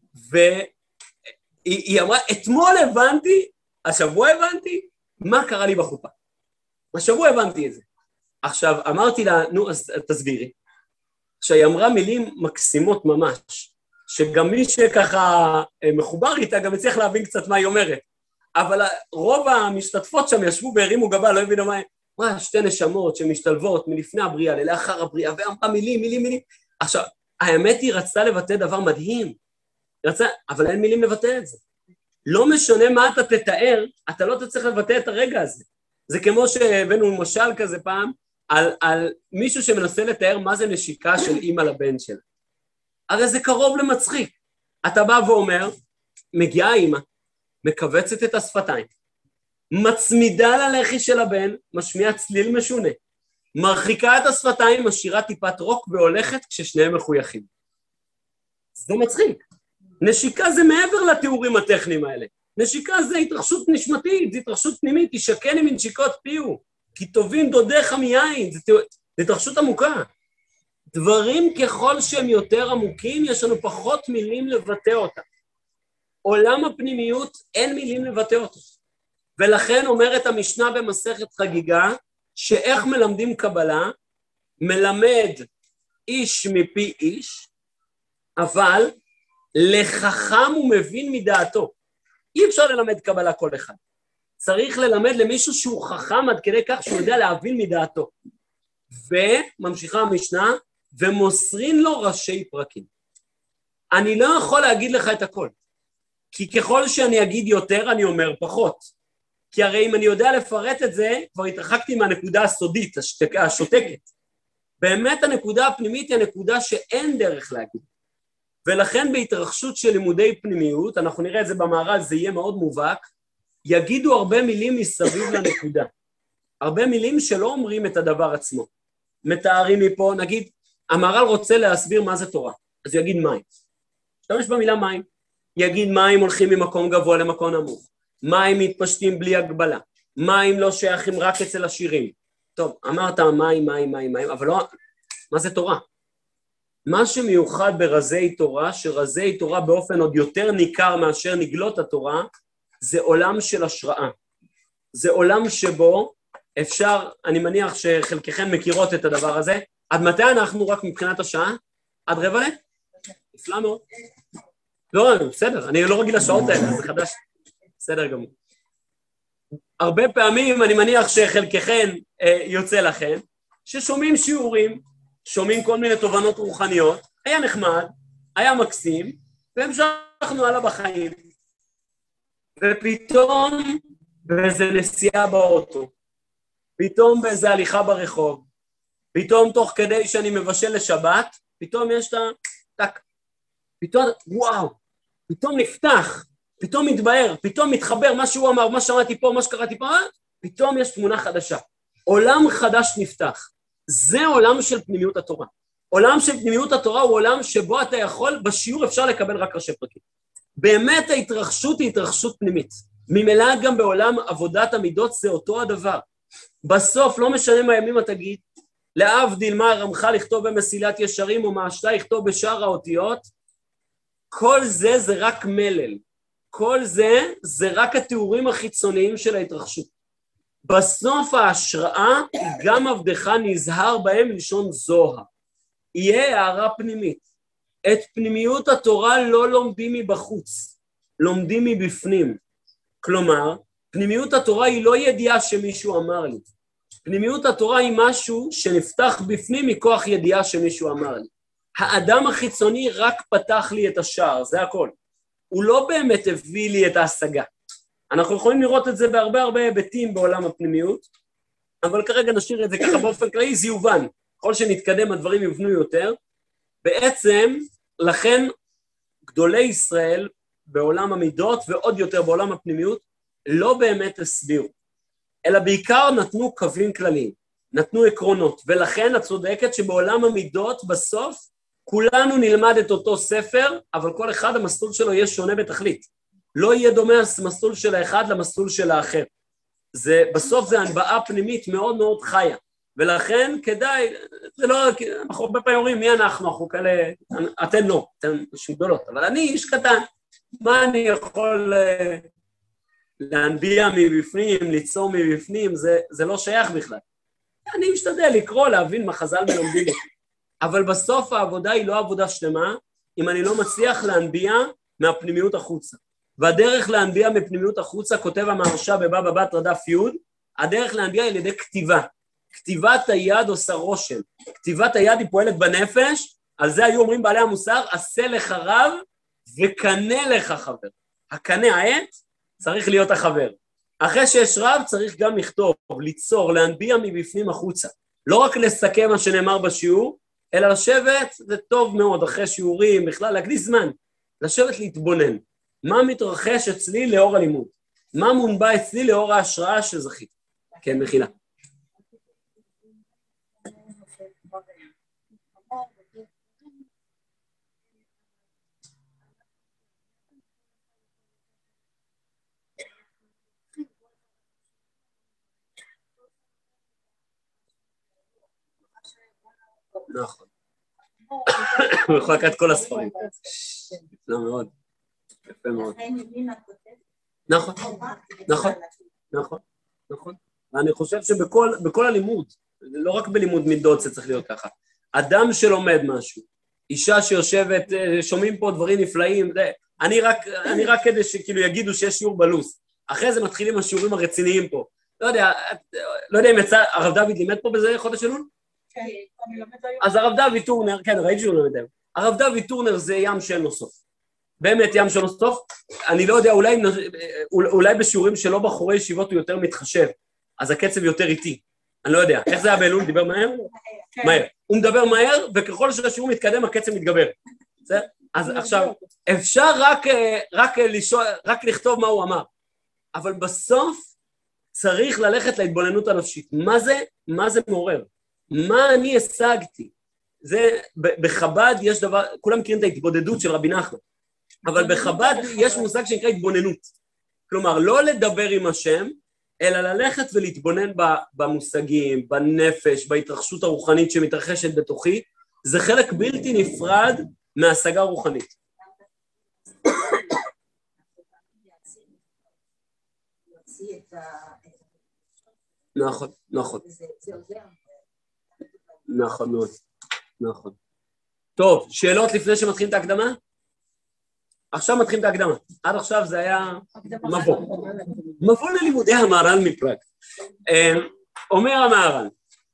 והיא אמרה, אתמול הבנתי, השבוע הבנתי, מה קרה לי בחופה. השבוע הבנתי את זה. עכשיו, אמרתי לה, נו, אז תסבירי. כשהיא אמרה מילים מקסימות ממש, שגם מי שככה מחובר איתה גם יצליח להבין קצת מה היא אומרת. אבל רוב המשתתפות שם ישבו והרימו גבה, לא הבינו מה, שתי נשמות שמשתלבות מלפני הבריאה ללאחר הבריאה, ואמרה מילים. עכשיו, האמת היא רצתה לבטא דבר מדהים, אבל אין מילים לבטא את זה. לא משנה מה אתה תתאר, אתה לא תצטרך לבטא את הרגע הזה. זה כמו שהבאנו משל כזה פעם, על מישהו שמנסה לתאר מה זה נשיקה של אמא לבן שלה. הרי זה קרוב למצחיק. אתה בא ואומר, מגיעה אמא, מקבצת את השפתיים, מצמידה ללחי של הבן, משמיעה צליל משונה, מרחיקה את השפתיים, משאירה טיפת רוק והולכת כששניהם מחויכים. זה מצחיק. נשיקה זה מעבר לתיאורים הטכניים האלה. נשיקה זה התרחשות נשמתית, זה התרחשות פנימית, תשקני מנשיקות פיו, כי טובים דודיך מיין, זה התרחשות עמוקה. דברים ככל שהם יותר עמוקים, יש לנו פחות מילים לבטא אותם. עולם הפנימיות אין מילים לבטא אותו. ולכן אומרת המשנה במסכת חגיגה, שאיך מלמדים קבלה, מלמד איש מפי איש, אבל לחכם ומבין מדעתו. אי אפשר ללמד קבלה כל אחד. צריך ללמד למישהו שהוא חכם עד כדי כך שהוא יודע להבין מדעתו. וממשיכה המשנה, ומוסרין לו ראשי פרקים. אני לא יכול להגיד לך את הכל. כי ככל שאני אגיד יותר, אני אומר פחות. כי הרי אם אני יודע לפרט את זה, כבר התרחקתי מהנקודה הסודית, השותקת. באמת הנקודה הפנימית היא הנקודה שאין דרך להגיד. ולכן בהתרחשות של לימודי פנימיות, אנחנו נראה את זה במערל, זה יהיה מאוד מובהק, יגידו הרבה מילים מסביב לנקודה. הרבה מילים שלא אומרים את הדבר עצמו. מתארים מפה, נגיד, המערל רוצה להסביר מה זה תורה, אז הוא יגיד מים. שתמש במילה מים. יגיד מים הולכים ממקום גבוה למקום נמוך. מים מתפשטים בלי הגבלה. מים לא שייכים רק אצל השירים. טוב, אמרת מים, אבל לא, מה זה תורה? מה שמיוחד ברזי תורה, שרזי תורה באופן עוד יותר ניכר מאשר נגלות התורה, זה עולם של השראה. זה עולם שבו אפשר, אני מניח שחלקכם מכירות את הדבר הזה, עד מתי אנחנו רק מבחינת השעה? עד רבע? נפלא מאוד. לא, בסדר, אני לא רגיל לשעות האלה, זה חדש. בסדר גמור. הרבה פעמים אני מניח שחלקכם יוצא לכם, ששומעים שיעורים, שומעים כל מיני תובנות רוחניות, היה נחמד, היה מקסים, והמשכנו הלאה בחיים. ופתאום באיזה נסיעה באוטו, פתאום באיזה הליכה ברחוב, פתאום תוך כדי שאני מבשל לשבת, פתאום יש את הטק, פתאום, וואו, פתאום נפתח, פתאום מתבהר, פתאום מתחבר, מה שהוא אמר, מה שמעתי פה, מה שקראתי פה, פתאום יש תמונה חדשה. עולם חדש נפתח. זה עולם של פנימיות התורה. עולם של פנימיות התורה הוא עולם שבו אתה יכול, בשיעור אפשר לקבל רק ראשי פרקים. באמת ההתרחשות היא התרחשות פנימית. ממילא גם בעולם עבודת המידות זה אותו הדבר. בסוף לא משנה מה ימים אתה תגיד, להבדיל מה הרמח"ל לכתוב במסילת ישרים או מה השתה לכתוב בשאר האותיות, כל זה זה רק מלל. כל זה רק התיאורים החיצוניים של ההתרחשות. בסוף ההשראה גם עבדך נזהר בהם לשון זוהר. יהיה הערה פנימית. את פנימיות התורה לא לומדים מבחוץ, לומדים מבפנים. כלומר, פנימיות התורה היא לא ידיעה שמישהו אמר לי. פנימיות התורה היא משהו שנפתח בפנים מכוח ידיעה שמישהו אמר לי. האדם החיצוני רק פתח לי את השער, זה הכל. הוא לא באמת הביא לי את ההשגה. אנחנו יכולים לראות את זה בהרבה היבטים בעולם הפנימיות, אבל כרגע נשאיר את זה ככה באופן כללי, זה יובן. כל שנתקדם הדברים יובנו יותר. בעצם, לכן גדולי ישראל בעולם המידות ועוד יותר בעולם הפנימיות, לא באמת הסבירו, אלא בעיקר נתנו קווים כלליים, נתנו עקרונות, ולכן את צודקת שבעולם המידות בסוף, כולנו נלמד את אותו ספר, אבל כל אחד המסלול שלו יהיה שונה בתכלית. לא יהיה דומה המסלול של האחד למסלול של האחר. בסוף זה הנבעה פנימית מאוד מאוד חיה, ולכן כדאי, זה לא, אנחנו הרבה פעמים אומרים, מי אנחנו כאלה, אתן לא, אתן נשים גדולות, אבל אני איש קטן, מה אני יכול להנביע מבפנים, ליצור מבפנים, זה לא שייך בכלל. אני משתדל לקרוא, להבין מה חז"ל מלמדים. אבל בסוף העבודה היא לא עבודה שלמה, אם אני לא מצליח להנביע מהפנימיות החוצה. והדרך להנביע מפנימיות החוצה, כותב המהרש"א בבבא בתרא דף י', הדרך להנביע היא על ידי כתיבה. כתיבת היד עושה רושם. כתיבת היד היא פועלת בנפש, על זה היו אומרים בעלי המוסר, עשה לך רב וקנה לך חבר. הקנה העט צריך להיות החבר. אחרי שיש רב צריך גם לכתוב, ליצור, להנביע מבפנים החוצה. לא רק לסכם מה שנאמר בשיעור, אלא לשבת, זה טוב מאוד, אחרי שיעורים, בכלל להקדיש זמן, לשבת להתבונן. מה מתרחש אצלי לאור הלימוד? מה מונבע אצלי לאור ההשראה שזכית? כן, מחילה. נכון. הוא יכול לקחת כל הספרים. לא מאוד. יפה מאוד. נכון, נכון, נכון, נכון. ואני חושב שבכל הלימוד, לא רק בלימוד מידות זה צריך להיות ככה. אדם שלומד משהו, אישה שיושבת, שומעים פה דברים נפלאים, אני רק כדי שכאילו יגידו שיש שיעור בלוס. אחרי זה מתחילים השיעורים הרציניים פה. לא יודע אם יצא, הרב דוד לימד פה בזה חודש אלול? כן, אני למד היום. אז הרב דוד טורנר, כן, ראיתי שהוא למד היום. הרב דוד טורנר זה ים שאין לו סוף. באמת ים שאין לו סוף. אני לא יודע, אולי בשיעורים שלא בחורי ישיבות הוא יותר מתחשב, אז הקצב יותר איטי. אני לא יודע. איך זה היה באלול? דיבר מהר? מהר. הוא מדבר מהר, וככל שהשיעור מתקדם, הקצב מתגבר. אז עכשיו, אפשר רק לכתוב מה הוא אמר. אבל בסוף צריך ללכת להתבוננות הנפשית. מה זה מעורר? מה אני השגתי? זה, בחב"ד יש דבר, כולם מכירים את ההתבודדות של רבי נחמן, אבל בחב"ד יש מושג שנקרא התבוננות. כלומר, לא לדבר עם השם, אלא ללכת ולהתבונן במושגים, בנפש, בהתרחשות הרוחנית שמתרחשת בתוכי, זה חלק בלתי נפרד מהשגה רוחנית. נכון, נכון. נכון מאוד, נכון. טוב, שאלות לפני שמתחילים את ההקדמה? עכשיו מתחילים את ההקדמה. עד עכשיו זה היה מבוא. מבוא ללימודי המהר"ל מפראג. אומר המהר"ל,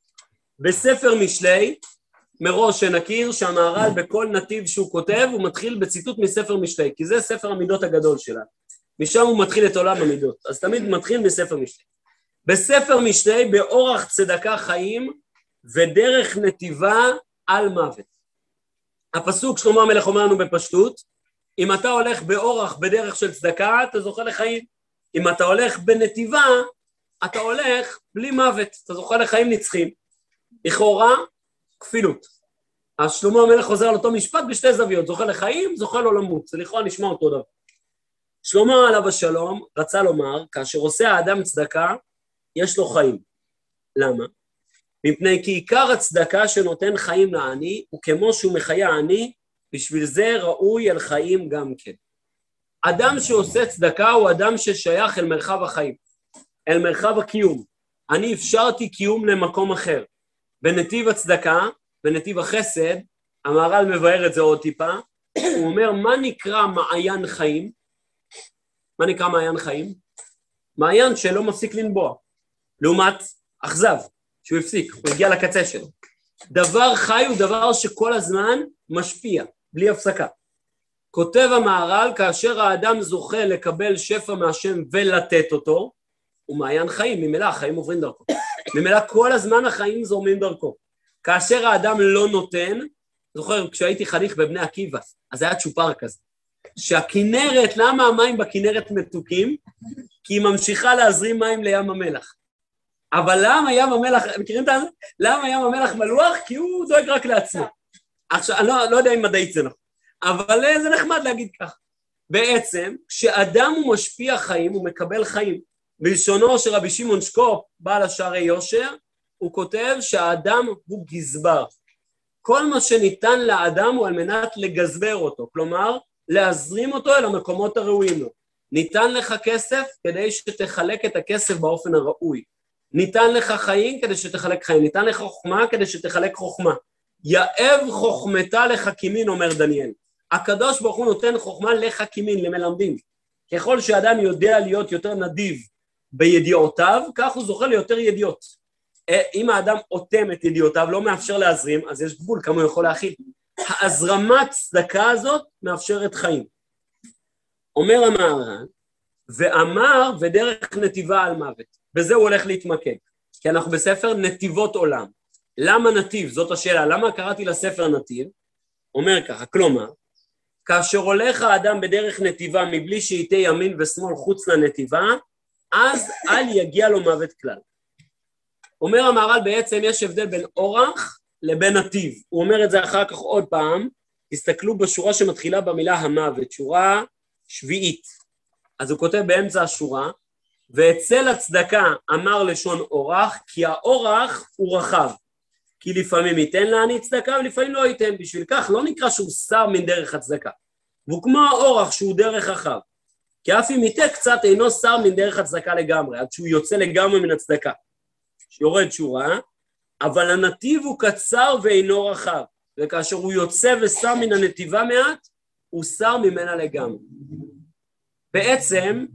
בספר משלי, מראש שנכיר שהמהר"ל בכל נתיב שהוא כותב, הוא מתחיל בציטוט מספר משלי, כי זה ספר המידות הגדול שלנו. משם הוא מתחיל את עולם המידות, אז תמיד מתחיל בספר משלי. בספר משלי, באורח צדקה חיים, ודרך נתיבה על מוות. הפסוק שלמה המלך אומר לנו בפשטות, אם אתה הולך באורח בדרך של צדקה, אתה זוכה לחיים. אם אתה הולך בנתיבה, אתה הולך בלי מוות, אתה זוכה לחיים נצחים. לכאורה, כפילות. אז שלמה המלך חוזר על אותו משפט בשתי זוויות, זוכה לחיים, זוכה לו למות. זה לכאורה נשמע אותו דבר. שלמה עליו השלום רצה לומר, כאשר עושה האדם צדקה, יש לו חיים. למה? מפני כי עיקר הצדקה שנותן חיים לעני, וכמו שהוא מחיה עני, בשביל זה ראוי על חיים גם כן. אדם שעושה צדקה הוא אדם ששייך אל מרחב החיים, אל מרחב הקיום. אני אפשרתי קיום למקום אחר. בנתיב הצדקה, בנתיב החסד, המהר"ל מבאר את זה עוד טיפה, הוא אומר מה נקרא מעיין חיים? מה נקרא מעיין חיים? מעיין שלא מפסיק לנבוע, לעומת אכזב. שהוא הפסיק, הוא הגיע לקצה שלו. דבר חי הוא דבר שכל הזמן משפיע, בלי הפסקה. כותב המהר"ל, כאשר האדם זוכה לקבל שפע מהשם ולתת אותו, הוא מעיין חיים, ממילא החיים עוברים דרכו. ממילא כל הזמן החיים זורמים דרכו. כאשר האדם לא נותן, זוכר, כשהייתי חניך בבני עקיבא, אז היה צ'ופר כזה. שהכינרת, למה המים בכינרת מתוקים? כי היא ממשיכה להזרים מים לים המלח. אבל למה ים המלח, מכירים את זה? למה ים המלח מלוח? כי הוא דואג רק לעצמו. עכשיו, אני לא יודע אם מדעית זה נכון, אבל זה נחמד להגיד כך. בעצם, כשאדם הוא משפיע חיים, הוא מקבל חיים. בלשונו של רבי שמעון שקופ, בעל השערי יושר, הוא כותב שהאדם הוא גזבר. כל מה שניתן לאדם הוא על מנת לגזבר אותו, כלומר, להזרים אותו אל המקומות הראויים לו. ניתן לך כסף כדי שתחלק את הכסף באופן הראוי. ניתן לך חיים כדי שתחלק חיים, ניתן לך חוכמה כדי שתחלק חוכמה. יאב חוכמתה לך כמין, אומר דניאל. הקדוש ברוך הוא נותן חוכמה לחכימים, למלמדים. ככל שאדם יודע להיות יותר נדיב בידיעותיו, כך הוא זוכה ליותר ידיעות. אם האדם אוטם את ידיעותיו, לא מאפשר להזרים, אז יש גבול כמה הוא יכול להכיל. ההזרמת צדקה הזאת מאפשרת חיים. אומר המהר"ל, ואמר ודרך נתיבה על מוות. בזה הוא הולך להתמקד, כי אנחנו בספר נתיבות עולם. למה נתיב? זאת השאלה. למה קראתי לספר נתיב? אומר ככה, כלומר, כאשר הולך האדם בדרך נתיבה מבלי שייטה ימין ושמאל חוץ לנתיבה, אז אל יגיע לו מוות כלל. אומר המהר"ל, בעצם יש הבדל בין אורח לבין נתיב. הוא אומר את זה אחר כך עוד פעם, תסתכלו בשורה שמתחילה במילה המוות, שורה שביעית. אז הוא כותב באמצע השורה, ואצל הצדקה אמר לשון אורח, כי האורח הוא רחב. כי לפעמים ייתן לעני צדקה ולפעמים לא ייתן, בשביל כך לא נקרא שהוא שר מן דרך הצדקה. והוא כמו האורח שהוא דרך רחב. כי אף אם ייתה קצת אינו שר מן דרך הצדקה לגמרי, עד שהוא יוצא לגמרי מן הצדקה. שיורד שורה, אבל הנתיב הוא קצר ואינו רחב, וכאשר הוא יוצא ושר מן הנתיבה מעט, הוא שר ממנה לגמרי. בעצם,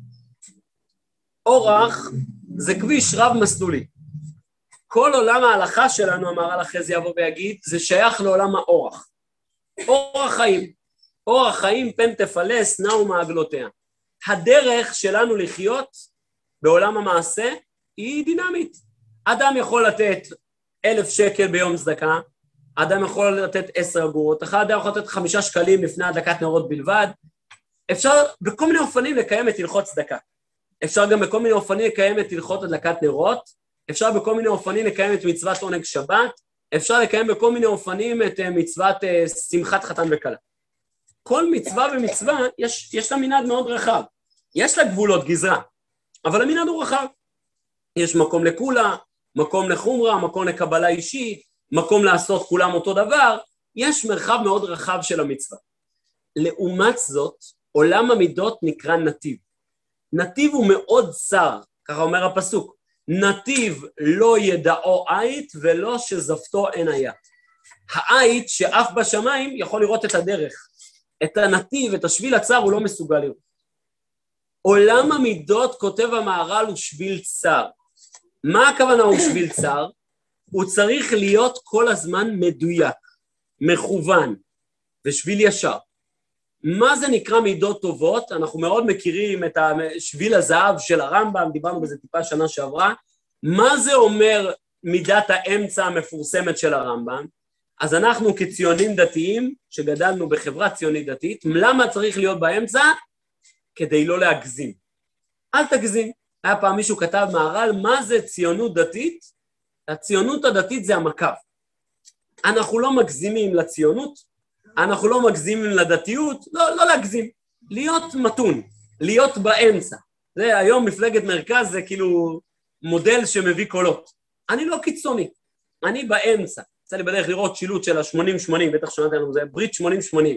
אורח זה כביש רב מסלולי. כל עולם ההלכה שלנו, המהר"ל אחרי זה יבוא ויגיד, זה שייך לעולם האורח. אורח חיים. אורח חיים פן תפלס נעו מעגלותיה. הדרך שלנו לחיות בעולם המעשה היא דינמית. אדם יכול לתת 1,000 שקל ביום צדקה, אדם יכול לתת 10 אגורות, אדם יכול לתת 5 שקלים לפני הדלקת נרות בלבד. אפשר בכל מיני אופנים לקיים את הלכות צדקה. אפשר גם בכל מיני אופנים לקיים את הלכות הדלקת נרות, אפשר בכל מיני אופנים לקיים את מצוות עונג שבת, אפשר לקיים בכל מיני אופנים את מצוות שמחת חתן וכלה. כל מצווה ומצווה יש לה מנעד מאוד רחב. יש לה גבולות גזרה, אבל המנעד הוא רחב. יש מקום לכולה, מקום לחומרה, מקום לקבלה אישית, מקום לעשות כולם אותו דבר, יש מרחב מאוד רחב של המצווה. לעומת זאת, עולם המידות נקרא נתיב. נתיב הוא מאוד צר, ככה אומר הפסוק, נתיב לא ידעו עית ולא שזפתו אין היה. העית שאף בשמיים יכול לראות את הדרך, את הנתיב, את השביל הצר הוא לא מסוגל לראות. עולם המידות, כותב המהר"ל, הוא שביל צר. מה הכוונה הוא שביל צר? הוא צריך להיות כל הזמן מדויק, מכוון, ושביל ישר. מה זה נקרא מידות טובות? אנחנו מאוד מכירים את שביל הזהב של הרמב"ם, דיברנו בזה טיפה שנה שעברה. מה זה אומר מידת האמצע המפורסמת של הרמב"ם? אז אנחנו כציונים דתיים, שגדלנו בחברה ציונית דתית, למה צריך להיות באמצע? כדי לא להגזים. אל תגזים. היה פעם מישהו כתב מהר"ל, מה זה ציונות דתית? הציונות הדתית זה המקף. אנחנו לא מגזימים לציונות, אנחנו לא מגזימים לדתיות, לא להגזים, להיות מתון, להיות באמצע. זה היום מפלגת מרכז זה כאילו מודל שמביא קולות. אני לא קיצוני, אני באמצע. יצא לי בדרך לראות שילוט של ה-80-80, בטח שמעתם לנו, זה ברית 80-80.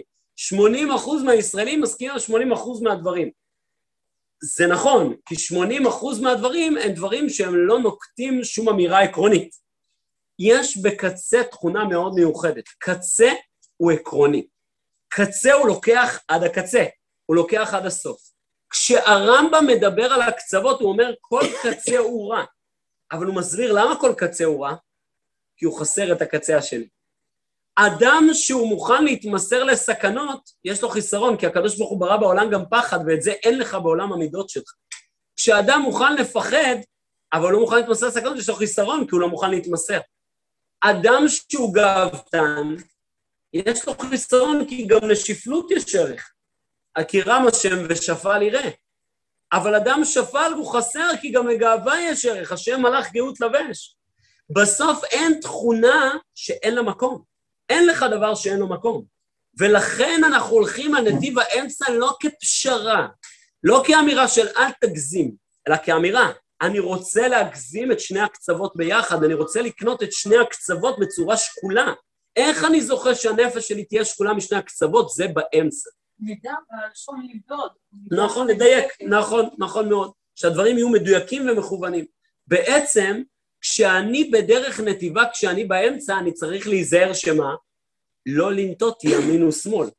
80% מהישראלים מסכימים על 80% מהדברים. זה נכון, כי 80% מהדברים הם דברים שהם לא נוקטים שום אמירה עקרונית. יש בקצה תכונה מאוד מיוחדת. קצה הוא עקרוני. קצה הוא לוקח עד הקצה, הוא לוקח עד הסוף. כשהרמב"ם מדבר על הקצוות, הוא אומר כל קצה הוא רע. אבל הוא מסביר למה כל קצה הוא רע? כי הוא חסר את הקצה השני. אדם שהוא מוכן להתמסר לסכנות, יש לו חיסרון, כי הקדוש ברוך הוא ברא בעולם גם פחד, ואת זה אין לך בעולם המידות שלך. כשאדם מוכן לפחד, אבל לא מוכן להתמסר לסכנות, יש לו חיסרון, כי הוא לא מוכן להתמסר. אדם שהוא גאוותן, יש לו חיסרון, כי גם לשפלות יש ערך. כי רם השם ושפל יראה. אבל אדם שפל הוא חסר, כי גם לגאווה יש ערך, השם מלאך גאות לבש. בסוף אין תכונה שאין לה מקום. אין לך דבר שאין לו מקום. ולכן אנחנו הולכים על נתיב האמצע לא כפשרה, לא כאמירה של אל תגזים, אלא כאמירה, אני רוצה להגזים את שני הקצוות ביחד, אני רוצה לקנות את שני הקצוות בצורה שקולה. איך אני זוכר שהנפש שלי תהיה שקולה משני הקצוות? זה באמצע. נדע בלשון לבדוד. נכון, לדייק, נכון מאוד. שהדברים יהיו מדויקים ומכוונים. בעצם, כשאני בדרך נתיבה, כשאני באמצע, אני צריך להיזהר שמה? לא לנטות ימין ושמאל.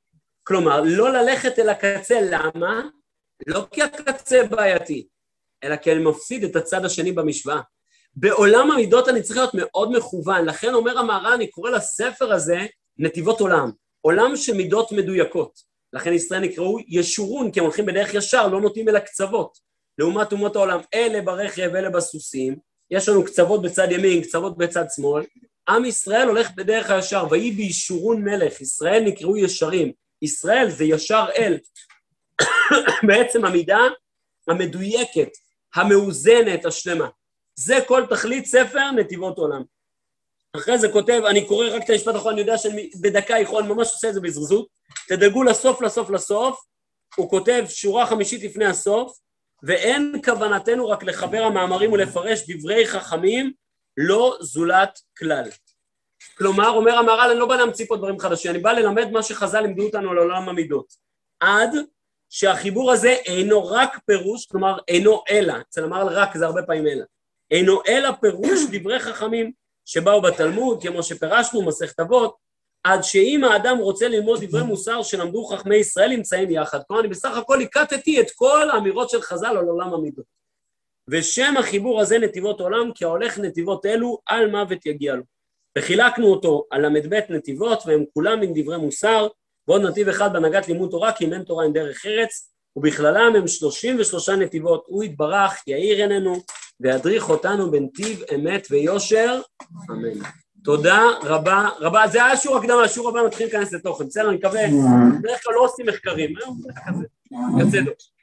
כלומר, לא ללכת אל הקצה, למה? לא כי הקצה בעייתי, אלא כי אני מפסיד את הצד השני במשוואה. בעולם המידות אני צריך להיות מאוד מכוון, לכן אומר המהר"ל, אני קורא לספר הזה נתיבות עולם, עולם של מידות מדויקות. לכן ישראל נקראו ישורון, כי הם הולכים בדרך ישר, לא נוטים אל הקצוות. לעומת אומות העולם, אלה ברכב, אלה בסוסים, יש לנו קצוות בצד ימין, קצוות בצד שמאל, עם ישראל הולך בדרך הישר, ויהי בישורון מלך, ישראל נקראו ישרים, ישראל זה ישר אל, בעצם המידה המדויקת, המאוזנת, השלמה. זה כל תכלית ספר נתיבות עולם. אחרי זה כותב, אני קורא רק את המשפט האחרון, אני יודע שבדקה יכול, ממש עושה את זה בזריזות, תדאגו לסוף, הוא כותב שורה 5 לפני הסוף, ואין כוונתנו רק לחבר המאמרים ולפרש דברי חכמים, לא זולת כלל. כלומר, אומר המהר"ל, אני לא בא להמציא פה דברים חדשים, אני בא ללמד מה שחז"ל לימדו אותנו על עולם המידות. עד שהחיבור הזה אינו רק פירוש, כלומר אינו אלא, אצל המהר"ל רק זה הרבה פעמים אלא, אינו אלא פירוש דברי חכמים שבאו בתלמוד, כמו שפרשנו, מסכת אבות, עד שאם האדם רוצה ללמוד דברי מוסר שלמדו חכמי ישראל נמצאים יחד. כלומר, אני בסך הכל הקטתי את כל האמירות של חז"ל על עולם המידות. ושם החיבור הזה נתיבות עולם, כי ההולך נתיבות אלו על מוות יגיע לו. וחילקנו אותו על ל"ב נתיבות, והם כולם מן דברי מוסר, ועוד נתיב אחד בהנהגת לימוד תורה, כי אם אין תורה אין דרך ארץ, ובכללם הם 33 נתיבות. הוא יתברך, יאיר עינינו, וידריך אותנו בנתיב אמת ויושר. אמן. תודה רבה, רבה. זה היה שיעור הקדמה, השיעור הבא מתחיל להיכנס לתוכן. בסדר, אני מקווה, בדרך כלל לא עושים מחקרים. כזה, יוצא טוב.